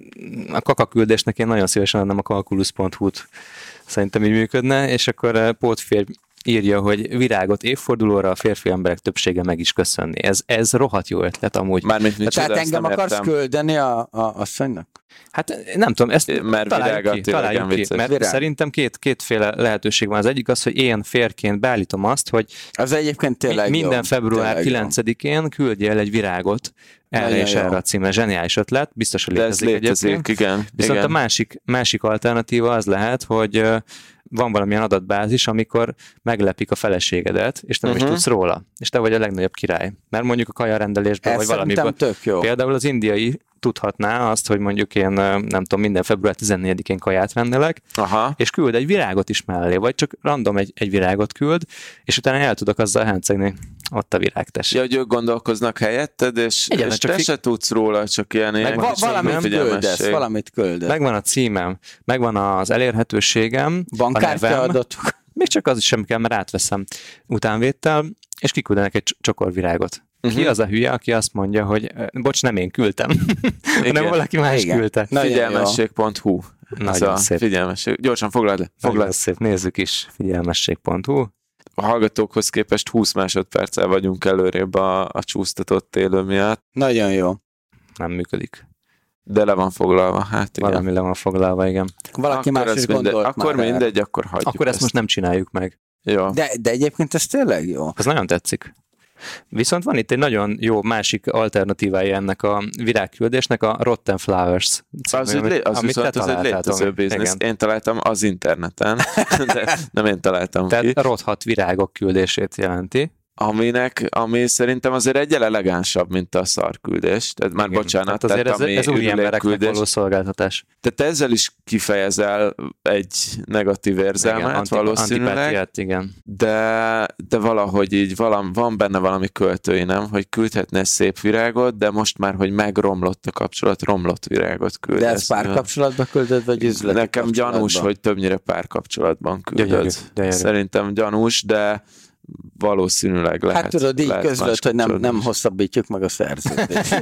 a kakaküldésnek én nagyon szívesen adnám a kalkulusz pont hu-t, szerintem így működne, és akkor pótférj írja, hogy virágot évfordulóra a férfi emberek többsége meg is köszönni. Ez, ez rohadt jó ötlet amúgy. Mármint mit Tehát csoda, engem akarsz értem. küldeni a, a asszonynak? Hát nem tudom, ezt mert találjuk ki, találjuk ki mert virág. Szerintem két, kétféle lehetőség van. Az egyik az, hogy én férként beállítom azt, hogy az egyébként tényleg minden jó. február kilencedikén küldje el egy virágot erre nagyon és jó. Erre a címre. Zseniális ötlet, biztos, hogy létezik, létezik egyébként. Igen, Viszont igen. a másik, másik alternatíva az lehet, hogy van valamilyen adatbázis, amikor meglepik a feleségedet, és te nem uh-huh. is tudsz róla. És te vagy a legnagyobb király. Mert mondjuk a kajarendelésben, vagy valamiből. Például az indiai tudhatná azt, hogy mondjuk én nem tudom, minden február tizennégyedikén kaját rendelek, Aha. és küld egy virágot is mellé, vagy csak random egy, egy virágot küld, és utána el tudok azzal háncegni, ott a virág, tessék. Ja, hogy ők gondolkoznak helyetted, és, és te fi... se tudsz róla, csak ilyen ilyen va- valamit küldesz, valamit küldesz. Megvan a címem, megvan az elérhetőségem, bankkártya adatok. Még csak az is sem kell, mert átveszem utánvéttel, és kiküldenek egy csokorvirágot. Uh-huh. Ki az a hülye, aki azt mondja, hogy bocs, nem én küldtem, hanem valaki más Igen. küldte. Figyelmesség pont hu. Nagyon a szép. Figyelmesség. Gyorsan foglald le. Foglald. Nagyon szép, nézzük is. Figyelmesség pont hu. A hallgatókhoz képest húsz másodperccel vagyunk előrébb a, a csúsztatott élő miatt. Nagyon jó. Nem működik. De le van foglalva, hát igen. Valami le van foglalva, igen. Valaki akkor más is mindegy, gondolt Akkor már mindegy, akkor hagyjuk Akkor ezt, ezt most nem csináljuk meg. Jó. De, de egyébként ez tényleg jó. Ez nagyon tetszik. Viszont van itt egy nagyon jó másik alternatívája ennek a virágküldésnek, a Rotten Flowers. Az, amit, egy, az amit viszont az egy létező biznisz. Én találtam az interneten, de nem én találtam Tehát ki. Tehát rothadt virágok küldését jelenti. Aminek, ami szerintem azért egyel elegánsabb, mint a szarküldés. Tehát már igen, bocsánat. Tehát azért tehát, ez, ez új embereknek való szolgáltatás. Tehát ezzel is kifejezel egy negatív érzelmet igen, valószínűleg. Igen. De, de valahogy így valam, van benne valami költői, nem? Hogy küldhetnél szép virágot, de most már, hogy megromlott a kapcsolat, romlott virágot küldesz. De ezt párkapcsolatban küldöd, vagy üzleti Nekem gyanús, hogy többnyire párkapcsolatban küldöd. Gyönyörű, gyönyörű. Szerintem gyanús, de valószínűleg lehet. Hát tudod, így közlött, hogy nem, nem hosszabbítjuk meg a szerződést.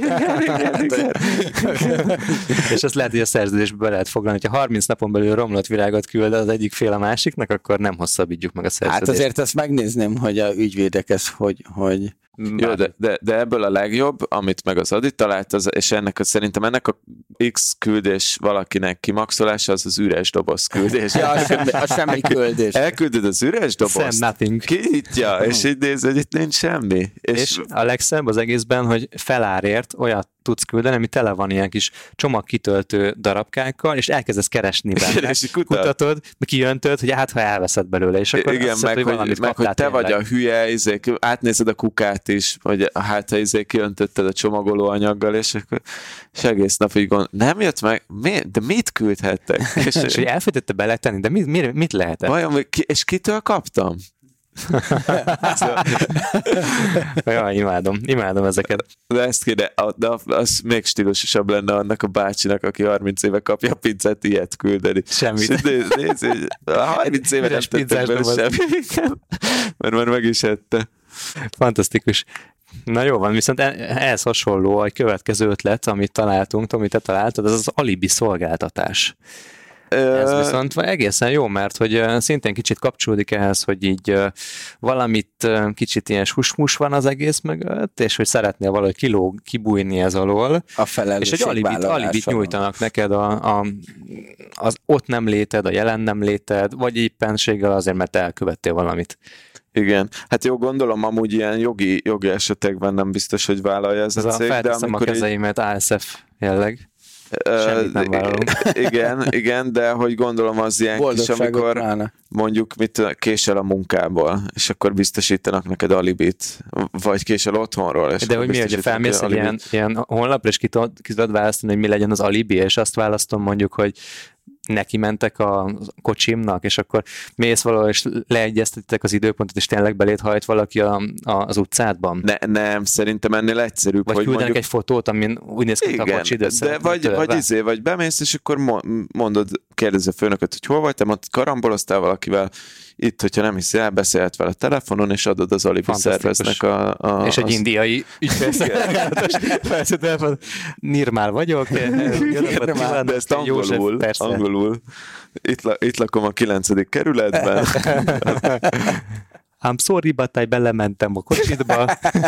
És azt lehet, hogy a szerződésbe be lehet foglalni, hogyha harminc napon belül romlott virágot küld az egyik fél a másiknak, akkor nem hosszabbítjuk meg a szerződést. Hát azért ezt megnézném, hogy a ügyvédek ezt hogy... hogy... Jó, de, de, de ebből a legjobb, amit meg az Adi talált, az, és ennek a, szerintem ennek a X küldés valakinek kimaxolása, az az üres doboz küldés. Ja, a semmi, a semmi küldés. Elküldöd az üres dobozt, kinyitja, és így néz, hogy itt nincs semmi. És, és a legszebb az egészben, hogy felárért olyat tudsz küldeni, ami tele van ilyen kis csomagkitöltő darabkákkal, és elkezdesz keresni benne. És kutat. Kutatod, kijöntöd, hogy hát ha elveszed belőle, és akkor igen, meg, hogy, hogy, meg hogy te tényleg. Vagy a hülye, izé, átnézed a kukát is, hogy hát ha izé kijöntötted a csomagoló anyaggal, és akkor és egész nap így gond, nem jött meg, mi, de mit küldhettek? És, és hogy elfejtette beletenni, de mit, mit, mit lehetett? Vajon, és kitől kaptam? Ja, imádom, imádom ezeket. De ezt kéne, de az még stílusosabb lenne annak a bácsinak, aki harminc éve kapja a pizzát, ilyet küldeni. Semmit. Nézd, nézd, harminc éve nem tettek bele semmi, mert már meg is ette. Fantasztikus. Na jó van, viszont ehhez hasonló a következő ötlet, amit találtunk, Tomi, te találtad, az az alibi szolgáltatás. Ez viszont egészen jó, mert hogy szintén kicsit kapcsolódik ehhez, hogy így valamit kicsit ilyen husmus van az egész mögött, és hogy szeretnél valahogy kilóg, kibújni ez alól. A felelősség és egy alibit, alibit nyújtanak neked a, a, az ott nem léted, a jelen nem léted, vagy éppenséggel azért, mert elkövettél valamit. Igen, hát jó, gondolom amúgy ilyen jogi, jogi esetekben nem biztos, hogy vállalja ez, ez a cég. Felteszem de amikor a kezeimet, á es ef jelleg. Semmit nem vállalunk. Igen, igen, de hogy gondolom az ilyen kis, amikor rána. mondjuk mit késel a munkából, és akkor biztosítanak neked alibit, vagy késel otthonról. És de hogy mi, hogy felmész egy ilyen, ilyen honlapra, és ki tudod választani, hogy mi legyen az alibi, és azt választom mondjuk, hogy neki mentek a kocsimnak, és akkor mész valahol, és leegyeztetitek az időpontot, és tényleg belét hajt valaki a, a, az utcádban? Ne, nem, szerintem ennél egyszerűbb. Vagy hogy küldenek mondjuk... egy fotót, amin úgy néz ki a kocsid, de, de vagy, vagy izé, vagy bemész, és akkor mondod, kérdezi a főnököt, hogy hol vagy, te mondod, karamboloztál valakivel, itt, hogyha nem hiszi el, beszélhet vele telefonon, és adod az alibi szerveznek a... a és egy az... indiai ügyfélszolgálatos persze telefon. Nirmál vagyok. Nirmál, de ezt angolul, angolul. Itt, la, itt lakom a kilencedik kerületben. I'm sorry, but I belementem a kocsidba.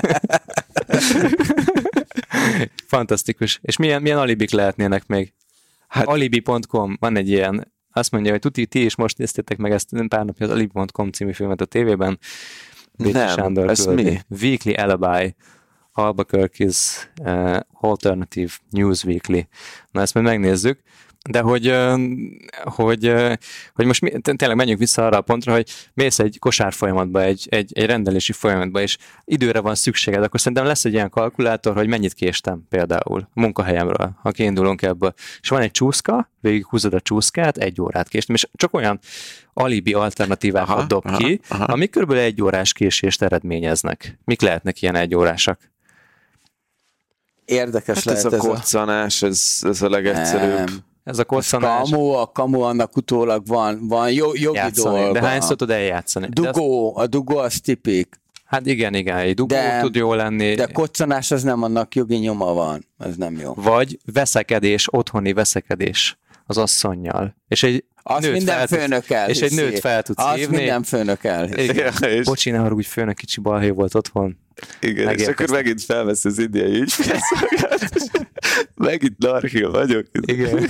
Fantasztikus. És milyen, milyen alibik lehetnének még? Hát, alibi pont com, van egy ilyen, azt mondja, hogy tuti, ti is most néztétek meg ezt pár napja az alibi pont com című filmet a tévében. Nem, Sándor ez küldi. Mi? Weekly Alibi, Albuquerque's uh, Alternative News Weekly. Na ezt majd megnézzük. De hogy, hogy, hogy most mi, tényleg menjünk vissza arra a pontra, hogy mész egy kosár folyamatba, egy, egy, egy rendelési folyamatba, és időre van szükséged, akkor szerintem lesz egy ilyen kalkulátor, hogy mennyit késtem például a munkahelyemről, ha kiindulunk ebből. És van egy csúszka, végighúzod a csúszkát, egy órát késtem, és csak olyan alibi alternatívákat aha, dob aha, ki, aha. amik kb. egy órás késést eredményeznek. Mik lehetnek ilyen egy órásak? Érdekes hát lehet ez a koccanás, ez, ez a legegyszerűbb. Nem. Ez a koccanás. Kamu, a kamu annak utólag van, van jó, jogi játszani, dolga. De hányszor tud eljátszani? Dugó, az... a dugó az tipik. Hát igen, igen, egy dugó de, tud jó lenni. De koccanás az nem, annak jogi nyoma van, ez nem jó. Vagy veszekedés, otthoni veszekedés az asszonnyal. És egy azt nőt minden fel főnök tudsz, elhiszi. És egy nőt fel tudsz azt hívni. minden főnök elhiszi. Ja, bocsi, ne haragudj, főnök, kicsi balhé volt otthon. Igen, és akkor megint felvesz az indiai ügyfélszolgálatos. Megint narkil vagyok. Igen.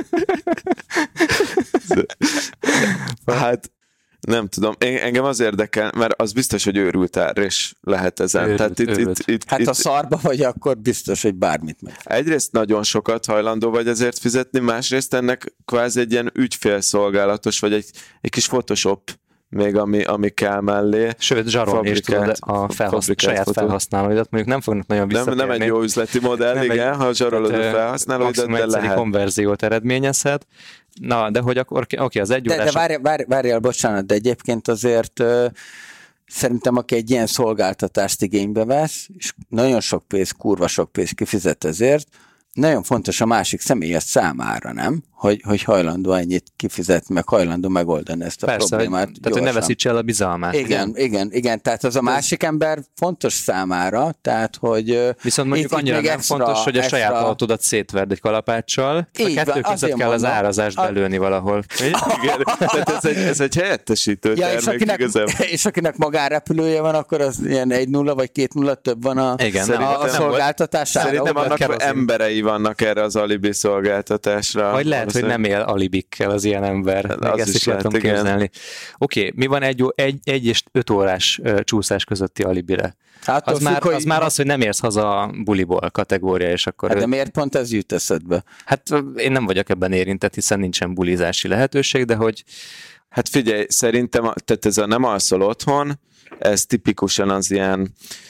Hát nem tudom, én, engem az érdekel, mert az biztos, hogy őrült árés lehet ezen. Őrült, Tehát itt, őrült. Itt, itt, hát itt, ha szarba vagy, akkor biztos, hogy bármit meg. Egyrészt nagyon sokat hajlandó vagy ezért fizetni, másrészt ennek kvázi egy ilyen ügyfélszolgálatos, vagy egy, egy kis Photoshop még, ami, ami kell mellé. Sőt, zsarolni is tudod a felhasznál, saját fotó. felhasználóidat, mondjuk nem fognak nagyon visszatérni. Nem, nem egy jó üzleti modell, nem igen, egy, ha zsarolod a felhasználóidat, de lehet. Konverziót eredményezhet. Na, de hogy akkor, oké, okay, az egy De, órás... de várjál, várjál, várjál, bocsánat, de egyébként azért uh, szerintem, aki egy ilyen szolgáltatást igénybe vesz, és nagyon sok pénz, kurva sok pénz kifizet ezért, nagyon fontos a másik személy számára, nem? Hogy, hogy hajlandó ennyit kifizetni, meg hajlandó megoldani ezt a persze, problémát. Hogy, tehát, hogy ne veszítse el a bizalmát. Igen, igen, igen, igen, tehát az a másik ember fontos számára, tehát, hogy... Viszont mondjuk itt, annyira itt nem extra, fontos, hogy a extra... saját autódat szétverd egy kalapáccsal, így, a kettő között kell az árazást a... belőni valahol. Igen, tehát ez egy, ez egy helyettesítő ja, termék és akinek, igazán. És akinek magánrepülője van, akkor az ilyen egy nulla vagy két nulla több van a, igen, a, a szolgáltatására. Szerintem annak emberei vannak erre az alibi szolgáltatásra. Vagy lehet, hogy nem él alibikkel az ilyen ember. Az Még ezt is lehet, tudom képzelni. Oké, okay, mi van egy, egy, egy és öt órás uh, csúszás közötti alibire? Hát az, már, függ, az már az, hogy nem érsz haza a buliból kategória, és akkor... Hát de miért pont ez jut eszedbe? Hát én nem vagyok ebben érintett, hiszen nincsen bulizási lehetőség, de hogy... Hát figyelj, szerintem, tehát ez a nem alszol otthon, ez tipikusan az ilyen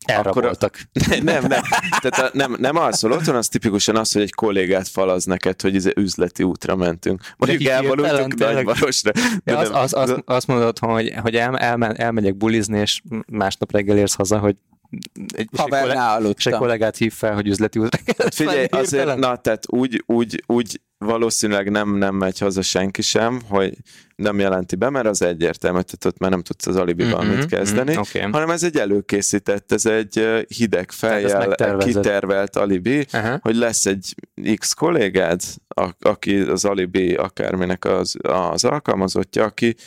Elraboltak. Nem, nem. Tehát a, nem, nem alszol otthon, az tipikusan az, hogy egy kollégát falaz neked, hogy ez üzleti útra mentünk. Mondjuk elvonultunk Nagymarosra. Ja, az, az, az, azt mondod, hogy, hogy el, el, elmegyek bulizni, és másnap reggel érsz haza, hogy egy, és, egy kollégát, és egy kollégát hív fel, hogy üzleti útra kellett. Figyelj, azért, na, tehát úgy, úgy, úgy valószínűleg nem, nem megy haza senki sem, hogy nem jelenti be, mert az egyértelmű, tehát ott már nem tudsz az alibival mm-hmm, mit kezdeni, mm, okay. hanem ez egy előkészített, ez egy hideg fejjel kitervelt alibi, uh-huh. hogy lesz egy X kollégád, a, aki az alibi akárminek az, az alkalmazottja, aki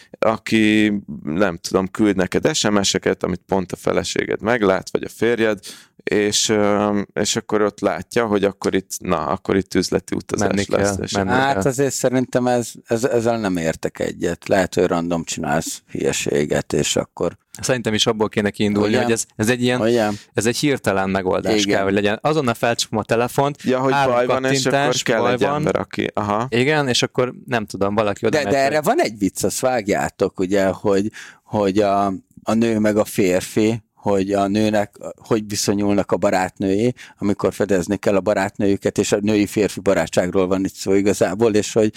aki, nem tudom, küld neked es em es-eket, amit pont a feleséged meglát, vagy a férjed, és, és akkor ott látja, hogy akkor itt, na, akkor itt üzleti utazás menni lesz. Kell, hát kell. Azért szerintem ez, ez, ezzel nem értek egyet. Lehet, hogy random csinálsz hülyeséget, és akkor... Szerintem is abból kéne kiindulni, Ugyan? hogy ez, ez egy ilyen, Ugyan? ez egy hirtelen megoldás Igen. kell, hogy legyen. Azonnal felcsapom a telefont, ja, hogy baj van, és akkor kell egy van. ember, aki... Aha. Igen, és akkor nem tudom, valaki oda De, de erre van egy vicc, azt vágjátok, ugye, hogy, hogy a, a nő meg a férfi, hogy a nőnek, hogy viszonyulnak a barátnői, amikor fedezni kell a barátnőjüket, és a női-férfi barátságról van itt szó igazából, és hogy,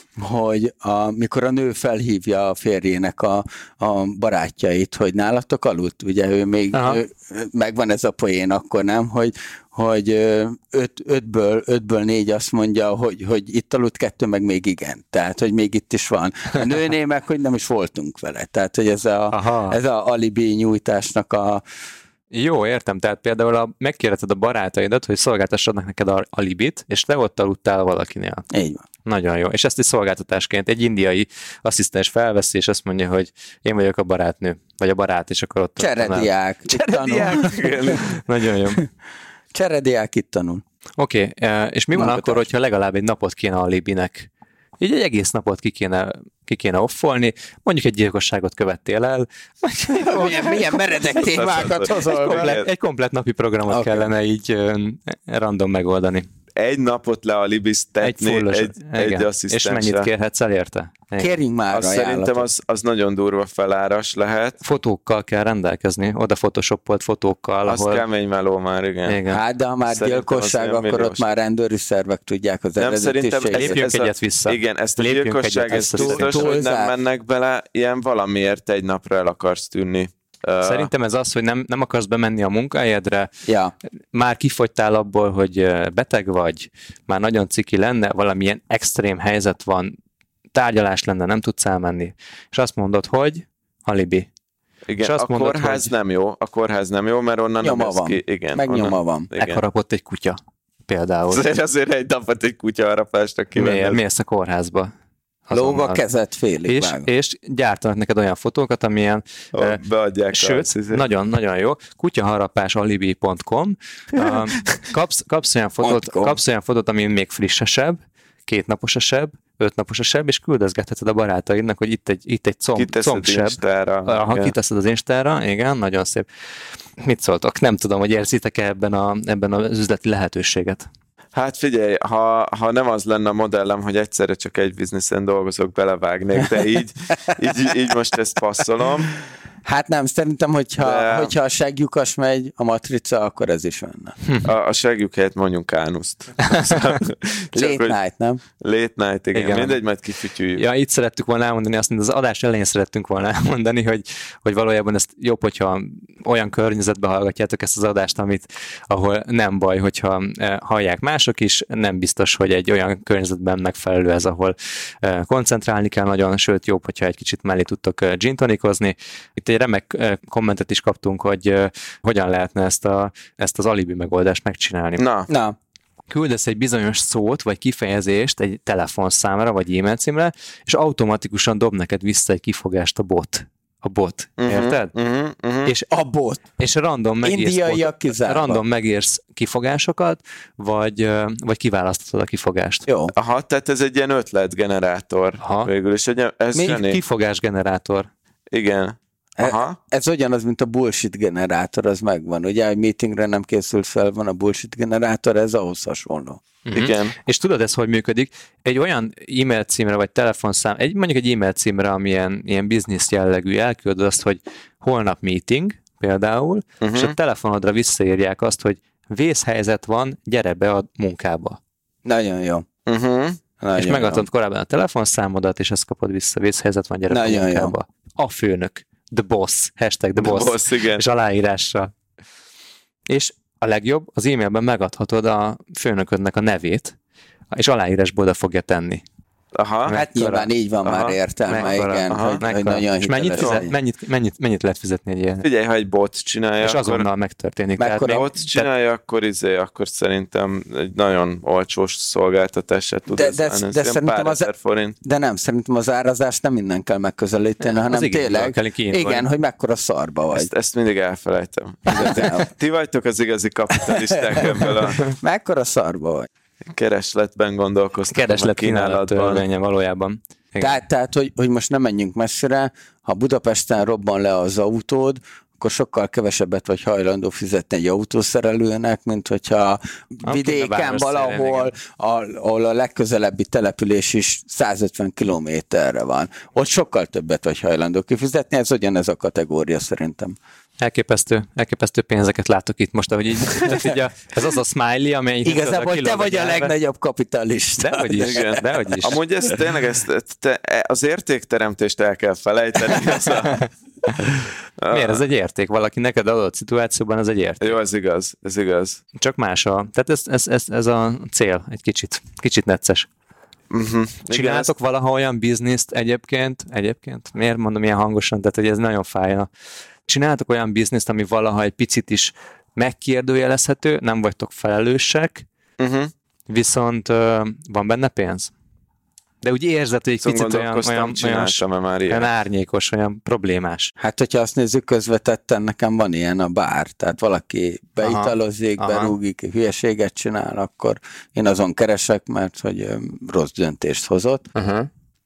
hogy a, mikor a nő felhívja a férjének a, a barátjait, hogy nálatok aludt, ugye ő még ő, megvan ez a poén akkor, nem, hogy, hogy öt, ötből, ötből négy azt mondja, hogy, hogy itt aludt, kettő meg még igen, tehát, hogy még itt is van. A nőnél meg, hogy nem is voltunk vele, tehát, hogy ez a, ez a alibi nyújtásnak a Jó, értem, tehát például a, megkérdezted a barátaidat, hogy szolgáltassanak neked a alibit, és te ott aludtál valakinél. Így van. Nagyon jó. És ezt is szolgáltatásként egy indiai asszisztens felveszi, és azt mondja, hogy én vagyok a barátnő, vagy a barát, és akkor ott... Cserediák. Cserediák. Nagyon jó. Cserediák itt tanul. Oké, okay, és mi van Napotás. akkor, hogyha legalább egy napot kéne alibinek? Így egy egész napot ki kéne, ki kéne offolni, mondjuk egy gyilkosságot követtél el. milyen, milyen meredek témákat hozol. Egy komplet, egy komplet napi programot okay. kellene így random megoldani. Egy napot lealibiztetni egy, egy, egy asszisztensre. És mennyit kérhetsz el érte? Kérjünk már azt szerintem az, az nagyon durva feláras lehet. Fotókkal kell rendelkezni, oda photoshopolt fotókkal. Az ahol... kemény meló már, igen. igen. Hát de ha már szerintem gyilkosság, akkor milliós. Ott már rendőri szervek tudják az eredetiséget. Lépjünk egyet vissza. Igen, ezt a Lépjünk gyilkosság, ez biztos, hogy nem mennek bele, ilyen valamiért egy napra el akarsz tűnni. Szerintem ez az, hogy nem, nem akarsz bemenni a munkahelyedre, ja. már kifogytál abból, hogy beteg vagy, már nagyon ciki lenne, valamilyen extrém helyzet van, tárgyalás lenne, nem tudsz elmenni. És azt mondod, hogy alibi. Igen, és azt a mondod, kórház hogy... nem jó, a kórház nem jó, mert onnan nyoma nem van. Ki. Igen, meg onnan, nyoma van. Elharapott egy kutya, például. Azért, azért egy napot egy kutya harapásnak kívánni. Miért? Mész a kórházba? Lóg a kezed félig és, és gyártanak neked olyan fotókat, amilyen oh, beadják sőt, nagyon, nagyon jó, kutyaharapás alibi pont com uh, kapsz, kapsz, olyan fotót, kapsz olyan fotót, ami még frissesebb, kétnaposesebb, ötnaposesebb, és küldözgetheted a barátaidnak, hogy itt egy, itt egy comb, combsebb. Ha igen. kiteszed az Instára, igen, nagyon szép. Mit szóltok? Nem tudom, hogy érzitek-e ebben, a, ebben az üzleti lehetőséget. Hát figyelj, ha, ha nem az lenne a modellem, hogy egyszerre csak egy bizniszen dolgozok, belevágnék, de így, így, így most ezt passzolom. Hát nem, szerintem, hogyha, de... hogyha a seglyukas megy a matrica, akkor ez is menne. A, a seglyuk helyett mondjunk ánuszt. Late night, nem? Late night, igen. igen. Mindegy, majd kifütyüljük. Ja, itt szerettük volna elmondani, azt mint az adás elején szerettünk volna elmondani, hogy, hogy valójában ezt jobb, hogyha olyan környezetben hallgatjátok ezt az adást, amit, ahol nem baj, hogyha hallják mások is, nem biztos, hogy egy olyan környezetben megfelelő ez, ahol koncentrálni kell nagyon, sőt jobb, hogyha egy kicsit mellé tudtok gin tonikozni. Itt egy remek kommentet is kaptunk, hogy hogyan lehetne ezt, a, ezt az alibi megoldást megcsinálni. Na. Na. Küldesz egy bizonyos szót, vagy kifejezést egy telefonszámra, vagy e-mail címre, és automatikusan dob neked vissza egy kifogást a bot. A bot, uh-huh, érted? Uh-huh, uh-huh. És a bot. És random megírsz, random megírsz kifogásokat, vagy, vagy kiválasztod a kifogást. Jó. Aha, tehát ez egy ilyen ötletgenerátor. Aha. Végül is. Ez Mi kifogásgenerátor. Igen. Aha. Ez ugyanaz, mint a bullshit generátor, az megvan. Ugye, hogy meetingre nem készült fel, van a bullshit generátor, ez ahhoz hasonló. Uh-huh. Igen. És tudod ez, hogy működik? Egy olyan e-mail címre, vagy telefonszám, egy, mondjuk egy e-mail címre, amilyen ilyen business jellegű, elküldöd azt, hogy holnap meeting, például, Uh-huh. és a telefonodra visszaírják azt, hogy vészhelyzet van, gyere be a munkába. Nagyon jó. Uh-huh. Nagyon és jó. megadod korábban a telefonszámodat, és ezt kapod vissza, vészhelyzet van, gyere be a Nagyon jó. munkába. A főnök, the boss, hashtag the boss, The boss, igen. és aláírással. És a legjobb, az e-mailben megadhatod a főnöködnek a nevét, és aláírásból oda fogja tenni. Aha. Hát Mekkora- nyilván így van Aha. már értelme, Mekkora- igen, aha, hogy, hogy Mekkora. nagyon És mennyit, hiteles fizet, vagy. mennyit, mennyit, mennyit lehet fizetni egy ilyen? Figyelj, ha egy bot csinálja, És akkor... azonnal megtörténik. Mekkora- Tehát Ha még- ott csinálja, akkor izé, akkor szerintem egy nagyon olcsós szolgáltatását tud De- ez de- lenni. Ez de ilyen szerintem pár az- ezer forint. De nem, szerintem az árazást nem minden kell megközelíteni, Az hanem igényből tényleg, kell kiindulni. igen, hogy mekkora szarba vagy. Ezt, ezt mindig elfelejtem. Ti vagytok az igazi kapitalisták ebből a Mekkora szarba vagy. keresletben gondolkoztok. kereslet kínálat kínálatban. törvénye valójában. Igen. Tehát, tehát hogy, hogy most nem menjünk messzire, ha Budapesten robban le az autód, akkor sokkal kevesebbet vagy hajlandó fizetni egy autószerelőnek, mint hogyha vidéken város valahol, a, ahol a legközelebbi település is százötven kilométerre van. Ott sokkal többet vagy hajlandó kifizetni, ez ugyanez a kategória szerintem. Elképesztő, elképesztő pénzeket látok itt most, ahogy így, tehát így a, ez az a smiley, amely... Igazából te vagy a legnagyobb kapitalista. Dehogy is, Igen. dehogy is. Amúgy ezt tényleg ezt, te, az értékteremtést el kell felejteni. Ez a, Miért? Ez egy érték. Valaki neked adott szituációban ez egy érték. Jó, ez igaz, ez igaz. Csak más a... Tehát ez, ez, ez, ez a cél egy kicsit. Kicsit necces. Uh-huh. Csináltok valaha olyan bizniszt egyébként? Egyébként? Miért mondom ilyen hangosan? Tehát, hogy ez nagyon fájna. Csináltok olyan bizniszt, ami valaha egy picit is megkérdőjelezhető, nem vagytok felelősek, Uh-huh. viszont uh, van benne pénz? De úgy érzed, hogy egy Szóval picit olyan, gondolkoztam, olyan, olyan, csináltam-e már olyan ilyen. árnyékos, olyan problémás. Hát, hogyha azt nézzük közvetetten, nekem van ilyen a bár. Tehát valaki beitalozik, Aha. berúgik, hülyeséget csinál, akkor én azon keresek, mert hogy ö, rossz döntést hozott. Uh-huh.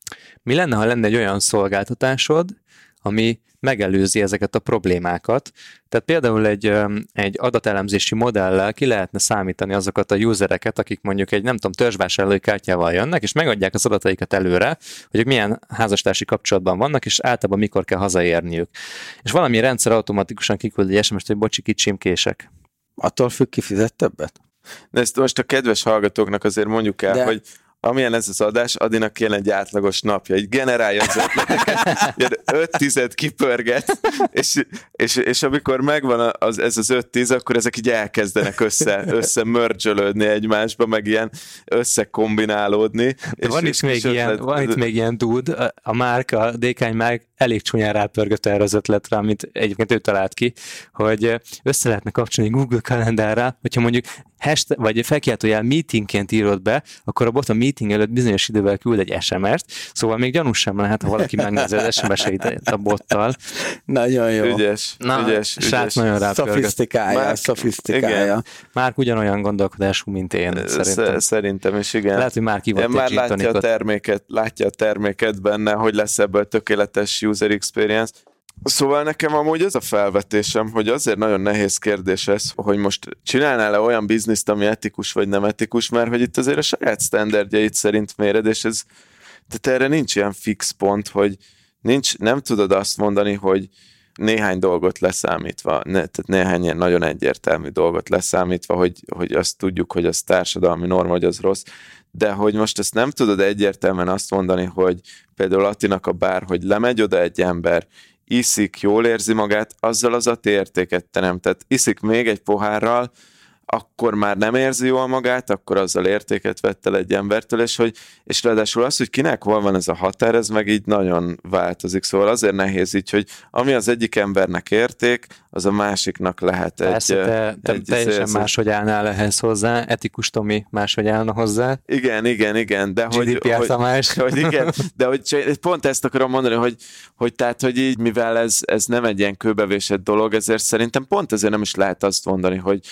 Mi lenne, ha lenne egy olyan szolgáltatásod, ami megelőzi ezeket a problémákat. Tehát például egy, öm, egy adatelemzési modellel ki lehetne számítani azokat a usereket, akik mondjuk egy, nem tudom, törzsvásárlói kártyával jönnek, és megadják az adataikat előre, hogy ők milyen házastársi kapcsolatban vannak, és általában mikor kell hazaérniük. És valami rendszer automatikusan kiküld egy es em es-t, hogy bocsi, kicsim kések. Attól függ, ki fizet többet? De ezt most a kedves hallgatóknak azért mondjuk el, De- hogy amilyen ez az adás, Adinak kéne egy átlagos napja, így generálja az ötleteket, ilyen öt-tizet kipörget, és, és, és amikor megvan az, ez az öt-tíz, akkor ezek így elkezdenek össze, össze mörgyölődni egymásba, meg ilyen összekombinálódni. De van, és, itt még és ilyen, ötlet- van itt még ilyen dude, a, a Márk, a Dékány Márk elég csúnyán rápörgött erre az ötletre, amit egyébként ő talált ki, hogy össze lehetne kapcsolni Google kalendárral, hogyha mondjuk hashtag, vagy felkiáltójel meetingként írod be, akkor a bot a meeting előtt bizonyos idővel küld egy es em es-t, szóval még gyanús sem lehet, ha valaki megnézi az es em es-eit a bottal. Nagyon jó. Ügyes, Na, ügyes, srác ügyes. nagyon rápörgött. Szofisztikálja, Márk- szofisztikálja. igen. Márk ugyanolyan gondolkodású, mint én, szerintem. Sz- Szerintem is, igen. Lehet, hogy már kivott Ilyen egy már gin látja a, tonicot. terméket, látja a terméket benne, hogy lesz ebből tökéletes user experience. Szóval nekem amúgy az a felvetésem, hogy azért nagyon nehéz kérdés ez, hogy most csinálnál-e olyan bizniszt, ami etikus vagy nem etikus, mert hogy itt azért a saját sztenderdjeit szerint méred, és ez, tehát erre nincs ilyen fix pont, hogy nincs, nem tudod azt mondani, hogy néhány dolgot leszámítva, ne, tehát néhány ilyen nagyon egyértelmű dolgot leszámítva, hogy, hogy azt tudjuk, hogy az társadalmi norma, hogy az rossz, de hogy most ezt nem tudod egyértelműen azt mondani, hogy például Attinak a bár, hogy lemegy oda egy ember, iszik, jól érzi magát, azzal az Ati értéket teremt. Tehát iszik még egy pohárral, akkor már nem érzi jól magát, akkor azzal értéket vett el egy embertől, és, hogy, és ráadásul az, hogy kinek hol van ez a határ, ez meg így nagyon változik. Szóval azért nehéz így, hogy ami az egyik embernek érték, az a másiknak lehet egy... Persze, te, te egy teljesen ez- máshogy állnál ehhez hozzá, etikus Tomi máshogy állna hozzá, Igen, igen, igen, de hogy... gé dé pé er hogy Tamás. hogy igen, de hogy csak- pont ezt akarom mondani, hogy, hogy tehát, hogy így, mivel ez, ez nem egy ilyen kőbevésett dolog, ezért szerintem pont ezért nem is lehet azt mondani, hogy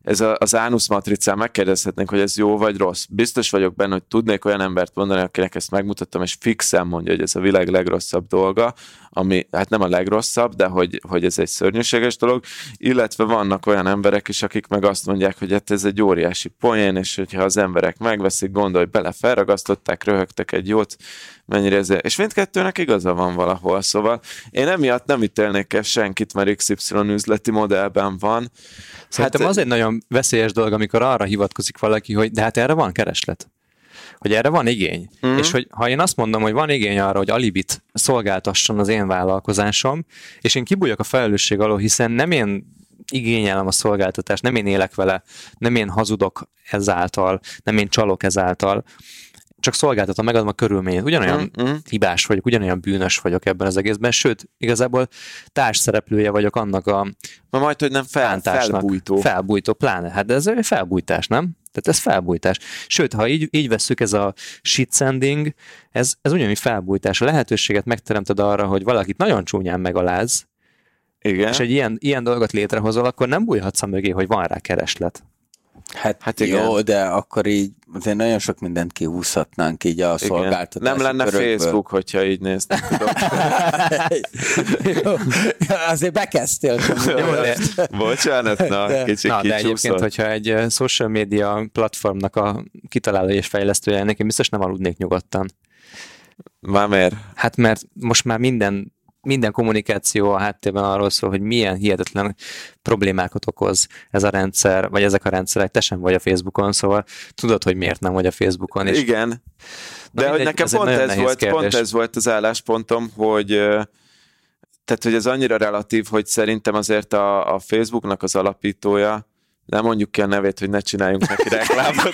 ez a, az ánusz matricán megkérdezhetnénk, hogy ez jó vagy rossz. Biztos vagyok benne, hogy tudnék olyan embert mondani, akinek ezt megmutattam, és fixen mondja, hogy ez a világ legrosszabb dolga, ami hát nem a legrosszabb, de hogy, hogy ez egy szörnyűséges dolog, illetve vannak olyan emberek is, akik meg azt mondják, hogy hát ez egy óriási poén, és hogyha az emberek megveszik, gondolj bele, felragasztották, röhögtek egy jót, mennyire ez, és mindkettőnek igaza van valahol, szóval én emiatt nem ítélnék el senkit, mert iksz ipszilon üzleti modellben van. Szerintem hát, az egy nagyon veszélyes dolog, amikor arra hivatkozik valaki, hogy de hát erre van kereslet. Hogy erre van igény. Mm. És hogy ha én azt mondom, hogy van igény arra, hogy Alibit szolgáltasson az én vállalkozásom, és én kibújok a felelősség alól, hiszen nem én igényelem a szolgáltatást, nem én élek vele, nem én hazudok ezáltal, nem én csalok ezáltal, csak szolgáltatom, megadom a körülményét. Ugyanolyan mm-hmm. hibás vagyok, ugyanolyan bűnös vagyok ebben az egészben, sőt, igazából társszereplője vagyok annak a Ma majd, hogy nem fel, felbújtó. Felbújtó, pláne. Hát de ez egy felbújtás, nem? Tehát ez felbújtás. Sőt, ha így, így vesszük, ez a shitsending, ez, ez ugyanúgy felbújtás. A lehetőséget megteremted arra, hogy valakit nagyon csúnyán megaláz, igen. És egy ilyen, ilyen dolgot létrehozol, akkor nem bújhatsz a mögé, hogy van rá kereslet. Hát, hát igen. Jó, de akkor így azért nagyon sok mindent kihúzhatnánk így a szolgáltatási Nem lenne körökből. Facebook, hogyha így néztek. Azért bekezdtél. Bocsánat, na, kicsit Na, de egyébként, hogyha egy social media platformnak a kitaláló és fejlesztője, nekem biztos nem aludnék nyugodtan. Már miért? Hát mert most már minden minden kommunikáció a háttérben arról szól, hogy milyen hihetetlen problémákat okoz ez a rendszer, vagy ezek a rendszerek, te sem vagy a Facebookon, szóval tudod, hogy miért nem vagy a Facebookon. És igen, de mindegy, hogy nekem pont ez, volt, pont ez volt az álláspontom, hogy tehát, hogy ez annyira relatív, hogy szerintem azért a, a Facebooknak az alapítója, nem mondjuk ki a nevét, hogy ne csináljunk neki reklámot,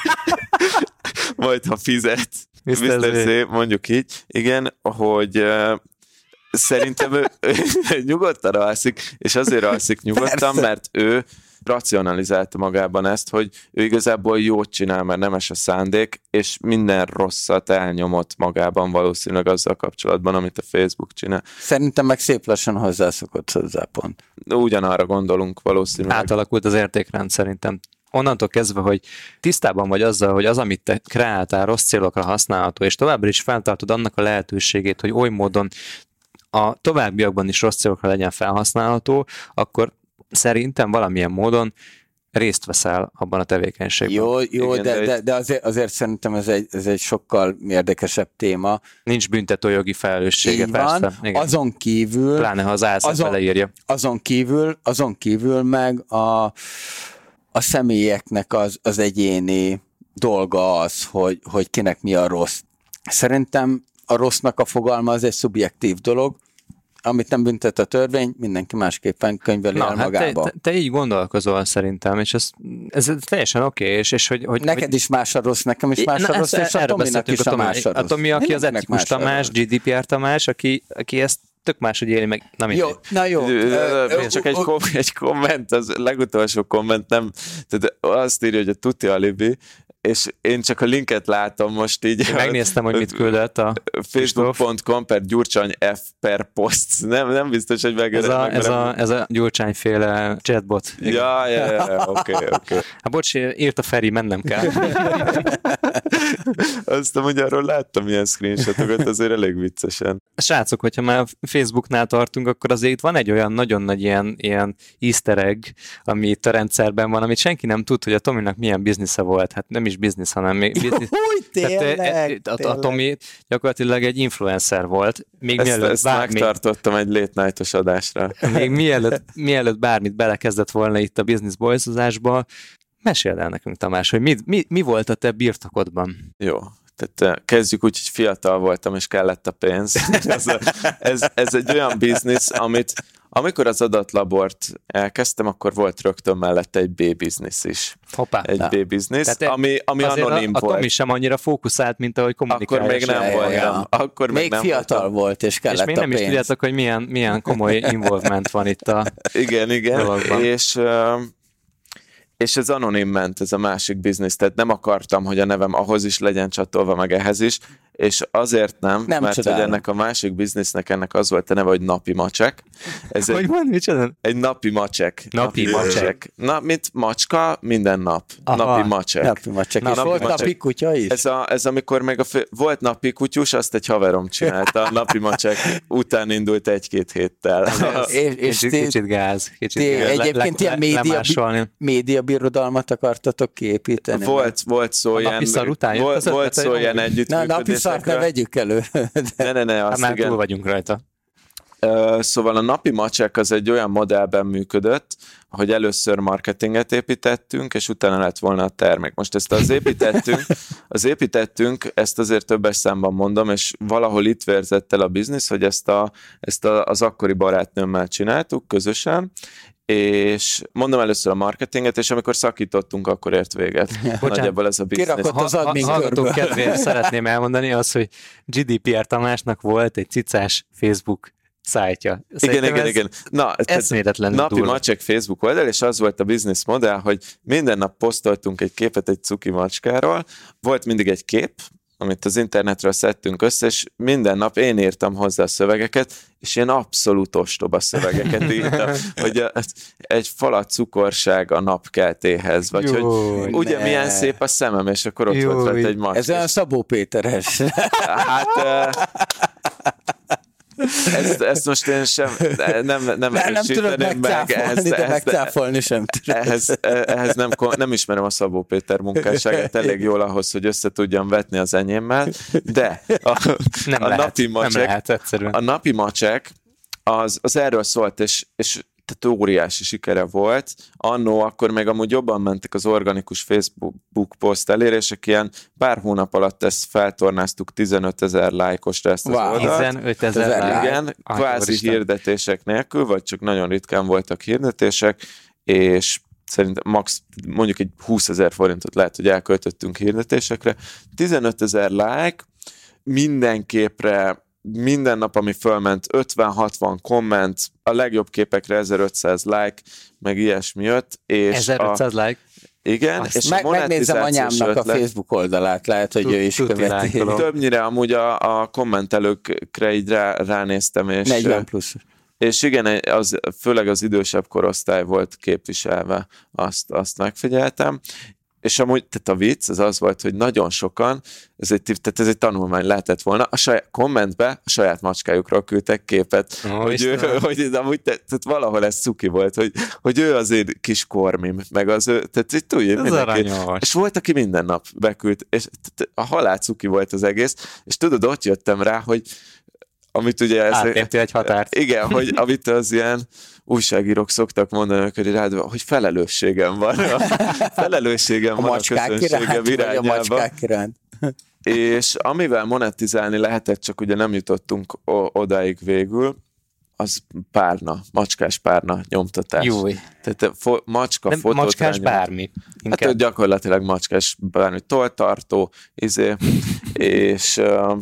majd ha fizet, miszter Z, mondjuk így, igen, hogy szerintem ő, ő nyugodtan alszik, és azért alszik nyugodtan, Persze. mert ő racionalizálta magában ezt, hogy ő igazából jót csinál, mert nemes a szándék, és minden rosszat elnyomott magában valószínűleg azzal kapcsolatban, amit a Facebook csinál. Szerintem meg szép lassan hozzászokott hozzá pont. Ugyanarra gondolunk valószínűleg. Átalakult az értékrend szerintem. Onnantól kezdve, hogy tisztában vagy azzal, hogy az, amit te kreáltál, rossz célokra használható, és továbbra is feltartod annak a lehetőségét, hogy oly módon a továbbiakban is rossz célokra legyen felhasználható, akkor szerintem valamilyen módon részt veszel abban a tevékenységben. Jó, jó Igen, de, de, de azért, azért szerintem ez egy, ez egy sokkal érdekesebb téma. Nincs büntetőjogi felelőssége, Így persze. Van. Igen. Azon kívül... Pláne, ha az álszak azon, beleírja. Azon kívül, azon kívül meg a, a személyeknek az, az egyéni dolga az, hogy, hogy kinek mi a rossz. Szerintem a rossznak a fogalma az egy szubjektív dolog, amit nem büntet a törvény, mindenki másképpen könyveli el magába. Te, te, te így gondolkozol szerintem, és ez, ez teljesen oké, okay, és, és hogy, hogy... Neked hogy... is más a rossz, nekem is más a rossz, és a Tominak is a más a rossz. A Tomi, aki az etikus Tamás, gé dé pé er Tamás, aki, aki ezt tök máshogy éli meg. Na, jó, na jó. Csak egy, kom- egy komment, az legutolsó komment nem, tehát azt írja, hogy a tuti alibi, és én csak a linket látom most így. Én megnéztem, hogy mit küldött a facebook pont com per Gyurcsány F per post. Nem, nem biztos, hogy meg... Ez a, ez a, ez a Gyurcsányféle chatbot. Ja, ja, ja, oké, oké. Okay. Hát bocs, írt a Feri, mennem kell. Aztán ugye arról láttam ilyen screenshotokat, azért elég viccesen. Srácok, hogyha már Facebooknál tartunk, akkor azért itt van egy olyan nagyon nagy ilyen, ilyen easter egg, ami itt a rendszerben van, amit senki nem tud, hogy a Tominak milyen biznisze volt. Hát nem is biznisz, hanem még biznisz. Új, tényleg, Tehát, a, a, a Tomi gyakorlatilag egy influencer volt. Még ezt mielőtt ezt bármi, megtartottam egy late night-os adásra. Még mielőtt, mielőtt bármit belekezdett volna itt a Business Boys-ozásba, meséld el nekünk, Tamás, hogy mi, mi, mi volt a te birtokodban? Jó. Tehát kezdjük úgy, hogy fiatal voltam, és kellett a pénz. ez, a, ez, ez egy olyan biznisz, amit amikor az adatlabort elkezdtem, akkor volt rögtön mellette egy B-biznisz is. Hoppá. Egy Na. B-biznisz, ami, ami anonim a, volt. A Tomi sem annyira fókuszált, mint ahogy kommunikálja. Akkor még nem voltam. Akkor még, még nem fiatal voltam. volt, és kellett és még a nem pénz. is tudjátok, hogy milyen, milyen komoly involvement van itt a igen, igen. dologban. És... Uh, és ez anonim ment, ez a másik biznisz, tehát nem akartam, hogy a nevem ahhoz is legyen csatolva, meg ehhez is, és azért nem, nem mert csodálom. hogy ennek a másik biznisznek ennek az volt a neve, hogy napi macsek. Ez Hogy egy, van, micsoda? egy napi macsek. Napi macsek. Na, mint macska, minden nap. Aha. Napi macsek. Napi macsek. Na, És napi volt macsek. napi kutya is? Ez, a, ez amikor még a fő, volt napi kutyus, azt egy haverom csinálta, a napi macsek után indult egy-két héttel. és, és Kicsit, ti, kicsit gáz. Kicsit ti gáz. egyébként ilyen média, lemásolni. média birodalmat akartatok kiépíteni? Volt, volt szó A ilyen, napi szar után jött volt, az volt ötlet, szó hogy ilyen Na, napi szart ne együttműködésekről. vegyük elő. Ne, ne, ne, Hát azt már túl igen. vagyunk rajta. Ö, Szóval a napi macsek az egy olyan modellben működött, hogy először marketinget építettünk, és utána lett volna a termék. Most ezt az építettünk, az építettünk, ezt azért többes számban mondom, és valahol itt vérzett el a biznisz, hogy ezt, a, ezt a, az akkori barátnőmmel csináltuk közösen, és mondom először a marketinget, és amikor szakítottunk, akkor ért véget. Nagyjából ez a biznisz. Kirakott az Ha- ha- admin Hallgatók körből. kedvéért szeretném elmondani az, hogy gé dé pé er Tamásnak volt egy cicás Facebook szájtja. Igen, Szerintem igen, ez igen. Na, tehát eszméletlenül napi durva. macsek Facebook oldal, és az volt a business modell, hogy minden nap posztoltunk egy képet egy cuki macskáról, volt mindig egy kép, amit az internetről szedtünk össze, és minden nap én írtam hozzá a szövegeket, és ilyen abszolút ostoba szövegeket írtam, hogy a, egy falat cukorság a napkeltéhez, vagy Jó, hogy ugye ne. milyen szép a szemem, és akkor ott Jó, volt rajta egy macska. Ez olyan Szabó Péteres. Hát... eh, Ezt, ezt most én sem nem, nem, nem, Nem, nem tudod erősíteném meg. megcáfolni, de megcáfolni sem tudod. Ehhez, ehhez nem, nem ismerem a Szabó Péter munkásságát elég jól ahhoz, hogy össze tudjam vetni az enyémmel, de a, Nem a lehet, napi nem macsek, lehet egyszerűen. a napi macsek az, az erről szólt, és, és tehát óriási sikere volt. Annó akkor még amúgy jobban mentek az organikus Facebook poszt elérések, ilyen pár hónap alatt ezt feltornáztuk tizenötezer lájkosra ezt az Wow. oldalt. tizenötezer Ezer lájk. Igen, Ah, kvázi úristen. hirdetések nélkül, vagy csak nagyon ritkán voltak hirdetések, és szerintem max, mondjuk egy húszezer forintot lehet, hogy elköltöttünk hirdetésekre. tizenötezer like, minden képre, minden nap, ami fölment, ötven-hatvan komment, a legjobb képekre ezerötszáz like, meg ilyesmi jött. És ezerötszáz a, like. igen, Azt és Meg, a megnézem monetizációs anyámnak a ötlet- Facebook oldalát, lehet, hogy ő is Tuti követi. lájkolom. Többnyire amúgy a, a kommentelőkre így rá, ránéztem, és, negyven plusz. és igen, az, főleg az idősebb korosztály volt képviselve, azt, azt megfigyeltem. És amúgy, tehát a vicc az az volt, hogy nagyon sokan, ez egy, tehát ez egy tanulmány lehetett volna, a saját kommentbe a saját macskájukról küldtek képet, Ó, hogy, ő, Istenem. hogy amúgy, tehát valahol ez cuki volt, hogy, hogy ő az én kis kormim, meg az ő, tehát így tudja, Ez mindenki. aranyos. És volt, aki minden nap beküld, és a halál cuki volt az egész, és tudod, ott jöttem rá, hogy amit ugye... Ez, Átléptél egy határt. Igen, hogy amit az ilyen újságírók szoktak mondani, amikor rádió, hogy felelősségem van. Felelősségem A van a macskák közönségem iránt, vagy a irányába. macskák iránt. És amivel monetizálni lehetett, csak ugye nem jutottunk o- odáig végül, az párna, macskás párna nyomtatás. Júj. Tehát fo- macska Nem fotót macskás rányomott. bármi. Hát Inkább. ő gyakorlatilag macskás bármi, toltartó, izé, és, ö,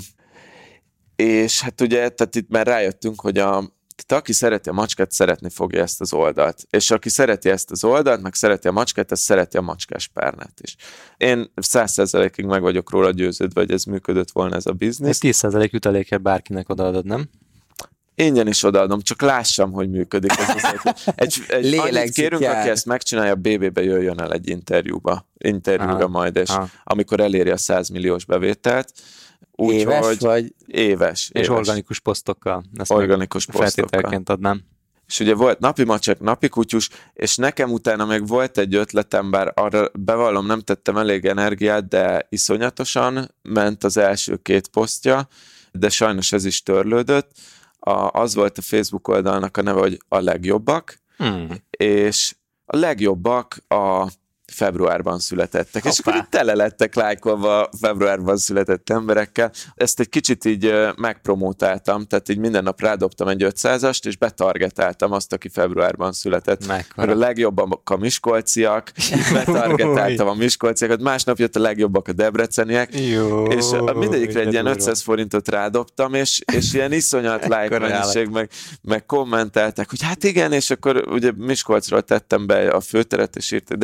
és hát ugye, tehát itt már rájöttünk, hogy a, tehát aki szereti a macskát, szeretni fogja ezt az oldalt. És aki szereti ezt az oldalt, meg szereti a macskát, az szereti a macskás párnát is. Én száz százalékig meg vagyok róla győződve, hogy ez működött volna ez a Ez biznisz. tíz százalék jutalékért bárkinek odaadod, nem? Ingyen is odaadom, csak lássam, hogy működik ez az ötlet. Egy, egy annyit Lélegzik kérünk, jár. aki ezt megcsinálja, bé bé-be jöjjön el egy interjúba. Interjúra Aha. majd, és Aha. amikor eléri a száz milliós bevételt. Úgy, Éves hogy vagy? Éves. És éves. organikus posztokkal. Ezt Organikus meg posztokkal. feltételként adnám. És ugye volt napi macsek, napi kutyus, és nekem utána meg volt egy ötletem, bár arra bevallom, nem tettem elég energiát, de iszonyatosan ment az első két posztja, de sajnos ez is törlődött. A, az volt a Facebook oldalnak a neve, hogy a legjobbak, Hmm. és a legjobbak a februárban születettek. És akkor itt tele lettek lájkolva februárban született emberekkel. Ezt egy kicsit így ö, megpromótáltam, tehát így minden nap rádobtam egy ötszázast, és betargetáltam azt, aki februárban született. Mert a Mekkora. legjobbak a miskolciak, betargetáltam a miskolciakat, másnap jött a legjobbak a debreceniek, Jó. és a mindegyikre egy de ilyen durva. ötszáz forintot rádobtam, és, és ilyen iszonyat like mennyiség, meg, meg kommenteltek, hogy hát igen, és akkor ugye Miskolcról tettem be a főteret, és írta, de szép is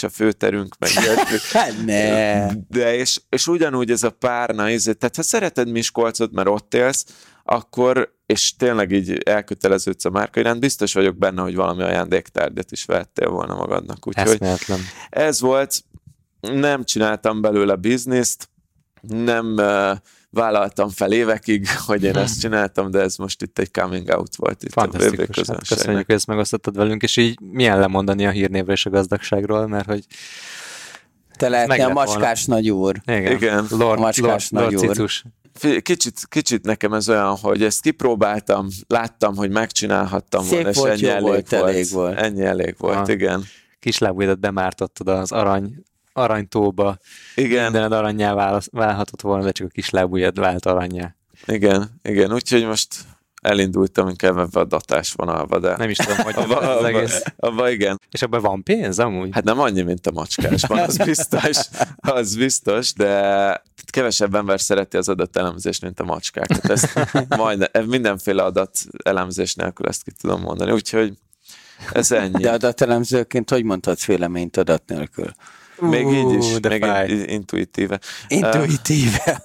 a főterünk, meg ne. De és, és ugyanúgy ez a párna, tehát ha szereted Miskolcot, mert ott élsz, akkor, és tényleg így elköteleződsz a márka iránt, biztos vagyok benne, hogy valami ajándéktárgyat is vettél volna magadnak. Úgyhogy ez volt, nem csináltam belőle bizniszt, nem uh, vállaltam fel évekig, hogy én ezt csináltam, de ez most itt egy coming out volt. Itt fantasztikus, hát köszönjük, hogy ezt megosztottad velünk, és így milyen lemondani a hírnévre és a gazdagságról, mert hogy te lehetnél a macskás nagyúr. Igen, Igen. Lord, macskás Lord, Lord Citus. Kicsit, kicsit nekem ez olyan, hogy ezt kipróbáltam, láttam, hogy megcsinálhattam szép volna, és volt, ennyi elég volt, volt. elég volt. Ennyi elég volt, a igen. Kislábújdat bemártottad az arany, aranytóba. Igen. Mindened aranyjá válhatott volna, de csak a kislábújad vált aranyjá. Igen, igen, úgyhogy most elindultam inkább ebbe a datás vonalba, de... Nem is tudom, hogy abba, az abba, egész. Abba igen. És abban van pénz amúgy? Hát nem annyi, mint a macskásban, az biztos, az biztos, de kevesebb ember szereti az adatelemzést, mint a macskák. Tehát ezt majd, mindenféle adatelemzés nélkül ezt ki tudom mondani, úgyhogy ez ennyi. De adatelemzőként hogy mondhatsz véleményt adat nélkül? Még így is, de még így, intuitíve. Intuitíve.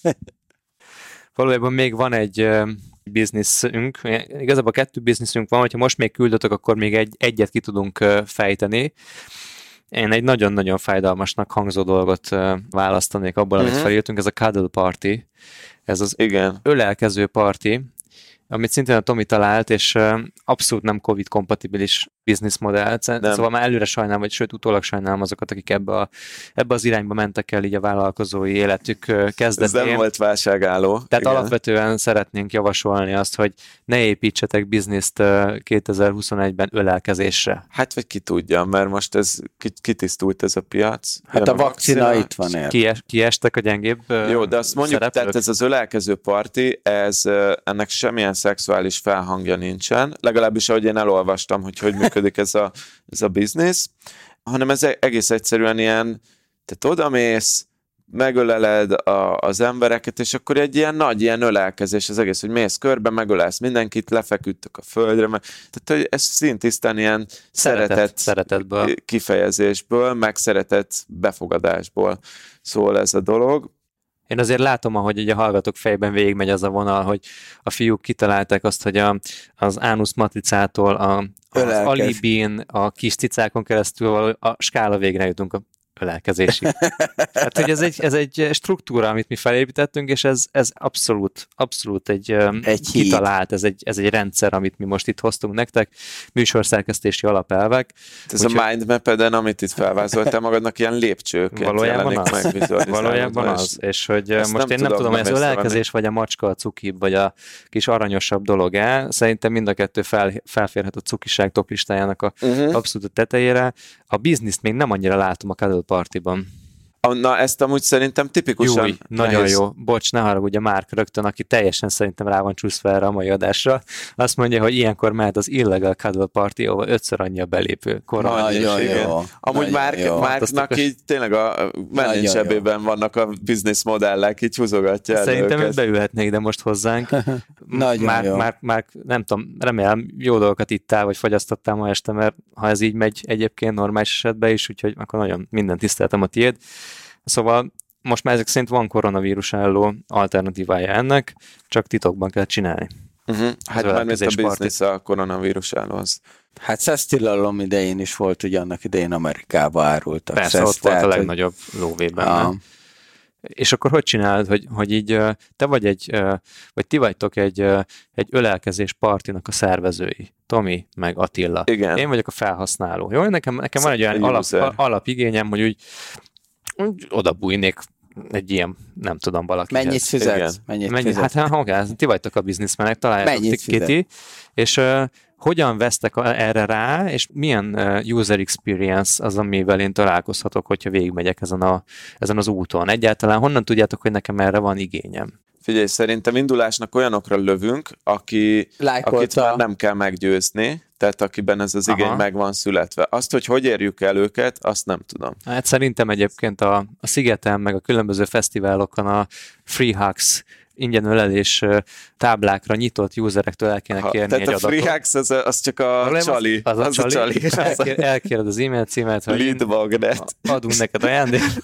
Valójában még van egy bizniszünk, igazából kettő bizniszünk van, hogyha most még küldötök, akkor még egy, egyet ki tudunk fejteni. Én egy nagyon-nagyon fájdalmasnak hangzó dolgot választanék abból, amit uh-huh. felírtunk, ez a cuddle party. Ez az Igen. ölelkező party, amit szintén a Tomi talált, és abszolút nem Covid-kompatibilis bizniszmodell. Szóval már előre sajnálom, vagy sőt, utólag sajnálom azokat, akik ebbe, a, ebbe az irányba mentek el így a vállalkozói életük kezdetén. Ez nem volt válságálló. Tehát igen. Alapvetően szeretnénk javasolni azt, hogy ne építsetek bizniszt kétezer-huszonegyben ölelkezésre. Hát, vagy ki tudja, mert most ez kitisztult ez a piac. Hát a, a vakcina, vakcina itt van el. Kies, kiestek a gyengébb Jó, de azt mondjuk, szereplők? Tehát ez az ölelkező parti, ez, ennek semmilyen szexuális felhangja nincsen, legalábbis ahogy én elolvastam, hogy hogy működik ez a, ez a biznisz, hanem ez egész egyszerűen ilyen, tehát odamész, megöleled a, az embereket, és akkor egy ilyen nagy ilyen ölelkezés az egész, hogy mész körbe, megölelsz mindenkit, lefeküdtök a földre, meg, tehát hogy ez szintisztán ilyen szeretet, szeretetből. kifejezésből, meg szeretet befogadásból szól ez a dolog. Én azért látom, ahogy így a hallgatók fejben végigmegy az a vonal, hogy a fiúk kitalálták azt, hogy a, az ánusz matricától a, az alibin, a kis cicákon keresztül a skála végre jutunk a ölelkezésig. Hát, hogy ez egy, ez egy struktúra, amit mi felépítettünk, és ez, ez abszolút, abszolút egy, egy kitalált, ez egy, ez egy rendszer, amit mi most itt hoztunk nektek, műsorszerkesztési alapelvek. Ez úgy, a mindmap-eden, amit itt felvázoltál magadnak, ilyen lépcsőként valójában az. meg. Valójában az. És hogy most nem én nem tudom, hogy ez ölelkezés, vagy a macska a cukibb, vagy a kis aranyosabb dolog-e. Szerintem mind a kettő fel, felférhet a cukiság top listájának a uh-huh. abszolút tetejére. A bizniszt még nem annyira látom a cuddle partiban. Na, ezt amúgy szerintem tipikusan... Júj, nagyon nehéz. Jó. Bocs, ne haragudj, a Márk rögtön, aki teljesen szerintem rá van csúszva erre a mai adásra. Azt mondja, hogy ilyenkor mehet az illegal cuddle party, ahol ötször annyi a belépő. Nagyon jó. Amúgy Márk, Márknak így tényleg a mennincsebében vannak a business modellek, így húzogatja el szerintem őket. beülhetnék, de most hozzánk. Nagyon Márk, jó. Márk, Márk, nem tudom, remélem jó dolgokat ittál, vagy fagyasztottál ma este, mert ha ez így megy egyébként normális esetben is, úgyhogy akkor nagyon minden tiszteltem a tiéd. Szóval most már ezek szerint van koronavírus álló alternatívája ennek, csak titokban kell csinálni. Uh-huh. Hát már mint a biznisz a koronavírus állóhoz. Hát szesztilalom idején is volt, ugye annak idején Amerikába árultak. Persze, szesz, ott volt tehát, a legnagyobb lóvé benne. A... És akkor hogy csinálod, hogy, hogy így te vagy egy, vagy ti vagytok egy, egy ölelkezés partinak a szervezői, Tomi meg Attila. Igen. Én vagyok a felhasználó. Jó, nekem, nekem van egy olyan alap, alapigényem, hogy úgy úgy oda bújnék egy ilyen, nem tudom, valakihez. Mennyit fizetsz? Mennyit Mennyi, fizet? hát ha, ti vagytok a bizniszmenek, találjátok Kiti, és uh, hogyan vesztek erre rá, és milyen uh, user experience az, amivel én találkozhatok, hogyha végigmegyek ezen, a, ezen az úton. Egyáltalán honnan tudjátok, hogy nekem erre van igényem? Figyelj, szerintem indulásnak olyanokra lövünk, aki, akit már nem kell meggyőzni, tehát akiben ez az igény Aha. meg van születve. Azt, hogy hogy érjük el őket, azt nem tudom. Hát szerintem egyébként a, a Szigeten, meg a különböző fesztiválokon a Free Hugs ingyen ölelés táblákra nyitott userektől el kéne kérni ha, egy adatot. Tehát a FreeHacks az, az csak a csali. Az, az, az a csali. Elkér, elkéred az e-mail címet, hogy lead magnet. Adunk neked ajándékot.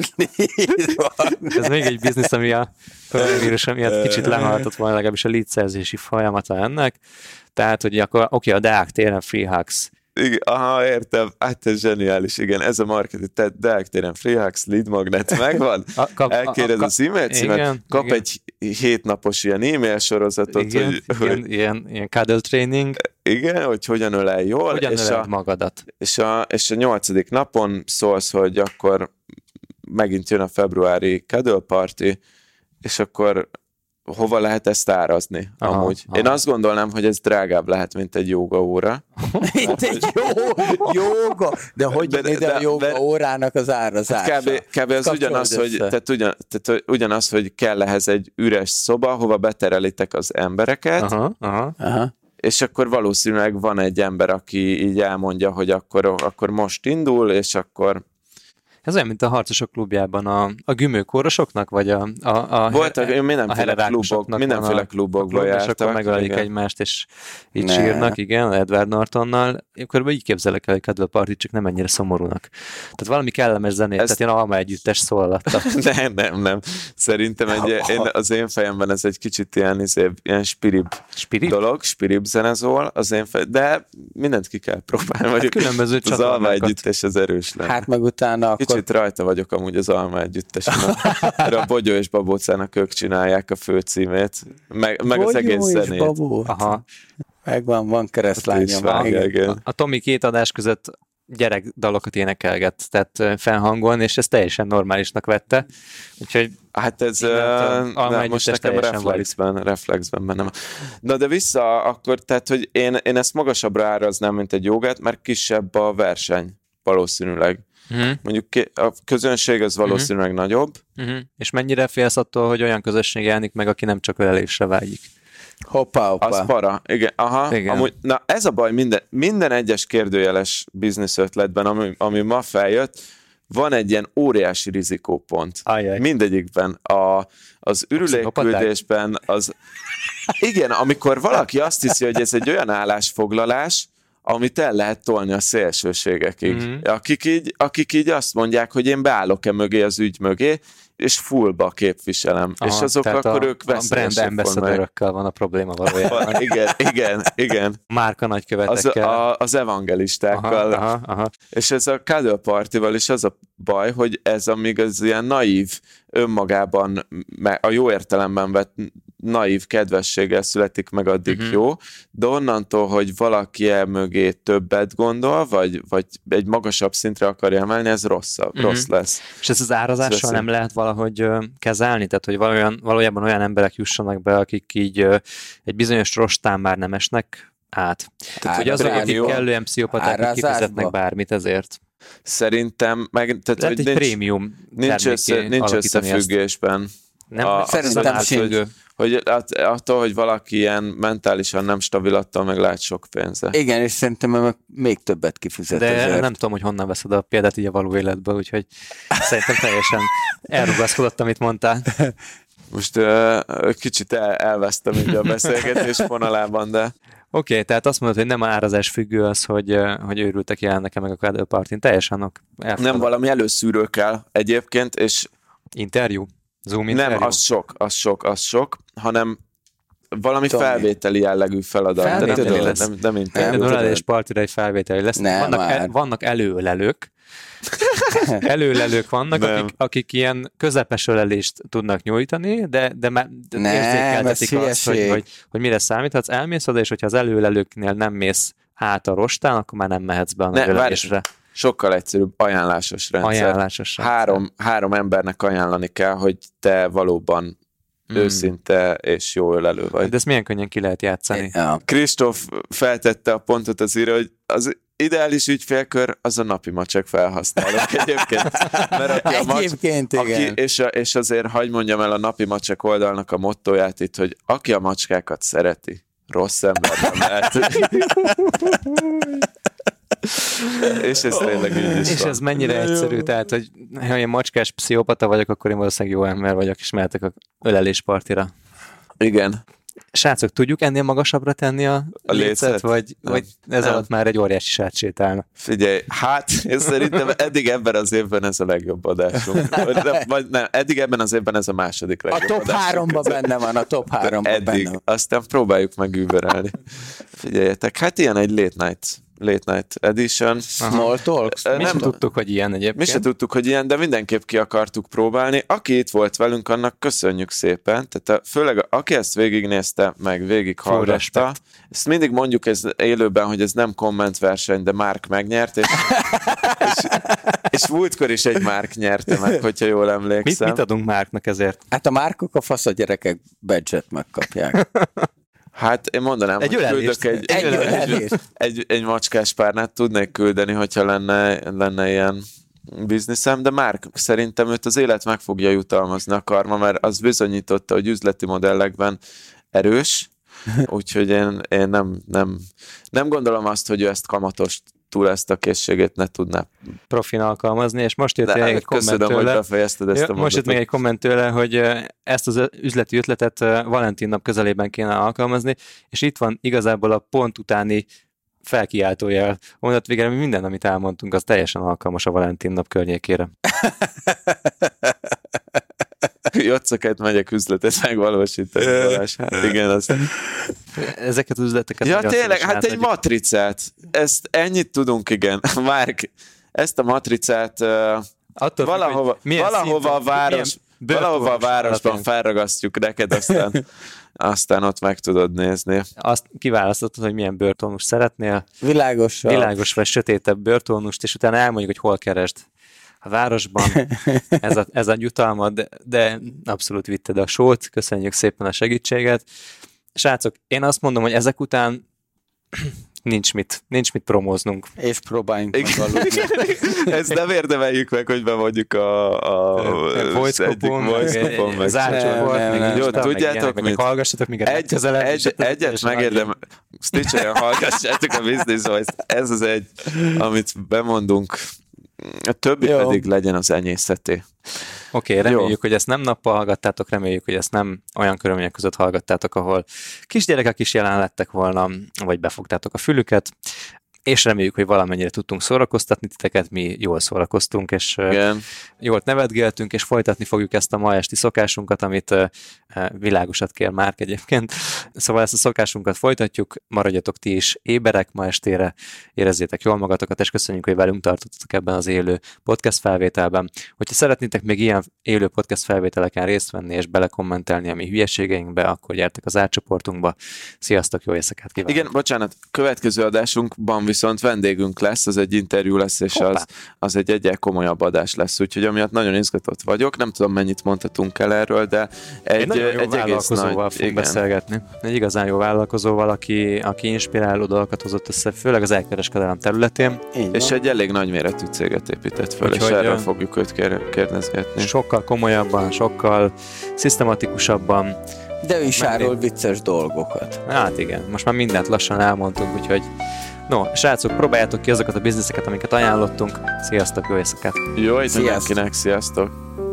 Ez még egy biznisz, ami a koronavírus miatt kicsit lehaltott volna, legalábbis a lead szerzési folyamata ennek. Tehát, hogy akkor oké, okay, a Deák téren FreeHacks. Igen, aha, értem. Hát ez zseniális, igen. Ez a marketing. Tehát Deák téren FreeHacks, lead magnet megvan. A, kap, Elkéred a, a, az e-mail címet, igen, kap igen. egy hétnapos ilyen e-mail sorozatot. Igen, hogy, igen, hogy, ilyen, ilyen cuddle training. Igen, hogy hogyan ölel jól. Hogyan és ölel a, magadat. És a, és a nyolcadik napon szólsz, hogy akkor megint jön a februári cuddle party, és akkor hova lehet ezt árazni aha, amúgy? Aha. Én azt gondolnám, hogy ez drágább lehet, mint egy jóga óra. Mint egy jó, jóga? De hogy de, de, de a jóga de, órának az árazása? Kb, kb az ugyanaz, hogy, tehát ugyan, tehát ugyanaz, hogy kell ehhez egy üres szoba, hova beterelitek az embereket, aha, aha. Aha. és akkor valószínűleg van egy ember, aki így elmondja, hogy akkor, akkor most indul, és akkor ez olyan, mint a harcosok klubjában a, a gümőkórosoknak, vagy a, a, a, Voltak, a mindenféle, klubok, mindenféle klubokba jártak. És akkor megölelik egymást, és így ne. sírnak, igen, Edward Nortonnal. Akkor így képzelek el, hogy Cuddle Party, csak nem ennyire szomorúnak. Tehát valami kellemes zenét, ez... tehát ilyen alma együttes szólatta. nem, nem, nem. Szerintem egy, én, az én fejemben ez egy kicsit ilyen, ilyen spirib, spirib dolog, spirib zenezol, az én fej... de mindent ki kell próbálni. Hát különböző az alma együttes az erős lenne. Hát meg utána Kicsit akkor... rajta vagyok amúgy az alma együttesen. A Bogyó és Babócának ők csinálják a főcímét, meg, meg az egész zenét. Aha. Megvan, van keresztlányom. A, a Tomi két adás között gyerekdalokat énekelget, tehát fennhangon, és ez teljesen normálisnak vette. Úgyhogy hát ez uh, na, most nekem reflexben, reflexben bennem. Na de vissza akkor, tehát hogy én, én ezt magasabbra áraznám, mint egy jogát, mert kisebb a verseny valószínűleg. Uh-huh. Mondjuk a közönség az valószínűleg uh-huh. nagyobb. Uh-huh. És mennyire félsz attól, hogy olyan közösség jelenik meg, aki nem csak ölelésre vágyik? Hoppá, hoppá. Az para. Igen, aha. Igen. Amúgy, na ez a baj, minden, minden egyes kérdőjeles biznisz ötletben, ami, ami ma feljött, van egy ilyen óriási rizikópont. Ajaj. Mindegyikben. A, az ürülékküldésben, az... Igen, amikor valaki azt hiszi, hogy ez egy olyan állásfoglalás, amit el lehet tolni a szélsőségekig. Mm-hmm. Akik, így, akik így azt mondják, hogy én beállok-e mögé az ügy mögé, és fullba képviselem. Aha, és azok akkor a, ők veszélyesek. A brand ambassadőrökkel van a probléma valójában. igen, igen, igen. Márka nagykövetekkel. Az, a, az evangelistákkal. Aha, aha, aha. És ez a Cuddle Party-val is az a baj, hogy ez amíg az ilyen naív önmagában, a jó értelemben vett naív kedvességgel születik meg, addig uh-huh. jó, de onnantól, hogy valaki el mögé többet gondol, vagy, vagy egy magasabb szintre akarja emelni, ez rosszabb, uh-huh. rossz lesz. És ez az árazással nem lehet valahogy uh, kezelni? Tehát, hogy valójában, valójában olyan emberek jussanak be, akik így uh, egy bizonyos rostán már nem esnek át. Tehát, hogy azok, akik kellően pszichopaták, akik kifizetnek bármit ezért. Szerintem, meg, tehát, lehet hogy egy nincs, prémium nincs, össze, nincs összefüggésben. Nem, a, szerintem az, hogy, hogy attól, hogy valaki ilyen mentálisan nem stabil, attól meg lehet sok pénze. Igen, és szerintem még többet kifizet. De ezért. Nem tudom, hogy honnan veszed a példát így a való életből, úgyhogy szerintem teljesen elrugaszkodott, amit mondtál. Most uh, kicsit el, elvesztem így a beszélgetés vonalában, de... Oké, okay, tehát azt mondod, hogy nem árazás függő az, hogy, hogy őrültek jelennek meg a Cuddle Partyn. Teljesen elfogadom. Nem, valami előszűrő kell egyébként, és... Interjú? Zoom interjú? Nem, az sok, az sok, az sok, hanem valami Tomi. felvételi jellegű feladat. Felvételi nem, lesz. Nem, nem interjú. Nem, ölelés partira egy felvételi lesz. Nem, vannak, el, vannak előlelők. Előlelők vannak, akik, akik ilyen közepes ölelést tudnak nyújtani, de, de, de, de érzékeltetik azt, hogy, hogy, hogy mire számíthatsz. Elmész oda, és hogyha az előlelőknél nem mész át a rostán, akkor már nem mehetsz be a nagy ölelésre. Sokkal egyszerűbb, ajánlásos rendszer. Ajánlásos rendszer. Három, három embernek ajánlani kell, hogy te valóban mm. őszinte és jó ölelő vagy. De ezt milyen könnyen ki lehet játszani? Kristóf feltette a pontot az író, hogy az ideális ügyfélkör az a napi macsek felhasználók egyébként. Mert aki a macs, egyébként, aki, igen. és, a, és azért hagy mondjam el a napi macsek oldalnak a mottóját itt, hogy aki a macskákat szereti, rossz ember nem lehet. És ez tényleg így is És van. ez mennyire egyszerű, tehát, hogy ha én macskás pszichopata vagyok, akkor én valószínűleg jó ember vagyok, és mehetek a öleléspartira. Igen. Srácok, tudjuk ennél magasabbra tenni a, A lécet, lécet? vagy, Nem. vagy ez Nem. alatt már egy óriási sát sétálna? Figyelj, hát én szerintem eddig ebben az évben ez a legjobb adásunk. Vagy nem, vagy nem, eddig ebben az évben ez a második A legjobb top adásunk. háromba benne van, a top háromba Eddig. benne van. Aztán próbáljuk meg überelni. Figyeljetek, hát ilyen egy late night, late night edition. Small talks? Ö, Mi sem tudtuk, hogy ilyen egyébként. Mi se tudtuk, hogy ilyen, de mindenképp ki akartuk próbálni. Aki itt volt velünk, annak köszönjük szépen. Tehát a, főleg a, aki ezt végignézte, meg végighallgatta. respekt. Ezt mindig mondjuk ez élőben, hogy ez nem kommentverseny, de Márk megnyert, és, és, és múltkor is egy Márk nyerte meg, hogyha jól Mit, emlékszem. mit adunk Márknak ezért? Hát a márkok a fasz a gyerekek badge-et megkapják. Hát én mondanám, Egy hogy ölelést. küldök egy, Egy egy, ölelést. egy, egy, egy macskás párnát tudnék küldeni, hogyha lenne, lenne ilyen bizniszem, de már szerintem őt az élet meg fogja jutalmazni a karma, mert az bizonyította, hogy üzleti modellekben erős, úgyhogy én, én nem, nem, nem gondolom azt, hogy ő ezt kamatos túl ezt a készségét ne tudná. Profin alkalmazni, és most jött még egy komment Köszönöm, hogy tőle. befejezted ezt Ja, a most jött mondatot. még egy komment tőle, hogy ö, ezt az üzleti ötletet ö, Valentin nap közelében kéne alkalmazni, és itt van igazából a pont utáni felkiáltójel. Mondat végre, minden, amit elmondtunk, az teljesen alkalmas a Valentin nap környékére. Joccoket megyek üzletet megvalósítani. Balázs. Hát igen, az... Ezeket az üzleteket... Ja, még tényleg, azt hát egy csinálni, matricát. Ezt ennyit tudunk, igen. Márk, ezt a matricát uh, attól valahova, függ, hogy milyen valahova a szinten, város, milyen valahova a bőrtúrós városban alapján. felragasztjuk neked, aztán, aztán ott meg tudod nézni. Azt kiválasztottad, hogy milyen bőrtónust szeretnél, Világos. világos vagy sötétebb bőrtónust, és utána elmondjuk, hogy hol keresd. A városban ez a, ez a jutalmad, de, de abszolút vitted a sót, köszönjük szépen a segítséget. Srácok, én azt mondom, hogy ezek után nincs mit, nincs mit promóznunk. És próbáljunk Igen. megaludni. Ezt nem érdemeljük meg, hogy bemondjuk a, a Voice-kopon, voice-kopon, meg zárt Nem, csoport, nem, meg nem. Jó, Insta, meg tudjátok ilyenek, meg mit? hallgassatok minket Egy, legközelebb. és egy, ez- egyet és megérdem, Sticsolyan hallgassátok a Business Voice. Ez az egy, amit bemondunk. A többi Jó. pedig legyen az enyészeté. Oké, okay, reméljük, Jó. hogy ezt nem nappal hallgattátok, reméljük, hogy ezt nem olyan körülmények között hallgattátok, ahol kisgyerekek is jelen lettek volna, vagy befogtátok a fülüket, és reméljük, hogy valamennyire tudtunk szórakoztatni titeket, mi jól szórakoztunk, és Igen. jól nevetgéltünk, és folytatni fogjuk ezt a ma esti szokásunkat, amit uh, világosat kér Márk egyébként. Szóval ezt a szokásunkat folytatjuk, maradjatok ti is éberek ma estére, érezzétek jól magatokat, és köszönjük, hogy velünk tartottatok ebben az élő podcast felvételben. Hogyha szeretnétek még ilyen élő podcast felvételeken részt venni, és belekommentelni a mi hülyeségeinkbe, akkor gyertek az átcsoportunkba. Sziasztok, jó éjszakát kívánok! Igen, bocsánat, következő adásunkban viszont vendégünk lesz, az egy interjú lesz, és az, az egy egyel komolyabb adás lesz, úgyhogy amiatt nagyon izgatott vagyok, nem tudom mennyit mondhatunk el erről, de egy, Egy nagyon jó egy egész vállalkozóval nagy, fogunk igen. beszélgetni. Egy igazán jó vállalkozóval, aki, aki inspiráló dolgokat hozott össze, főleg az elkereskedelem területén. Így És van. egy elég nagyméretű céget épített fel, Úgyhogy, és erről ö, fogjuk őt kér- kérdezgetni. Sokkal komolyabban, sokkal szisztematikusabban. De ő is Menni. árul vicces dolgokat. Hát igen, most már mindent lassan elmondtunk, úgyhogy no, srácok, próbáljátok ki azokat a bizniszeket, amiket ajánlottunk. Sziasztok, jó éjszakát! Jó, itt Sziasztok. mindenkinek, sziasztok!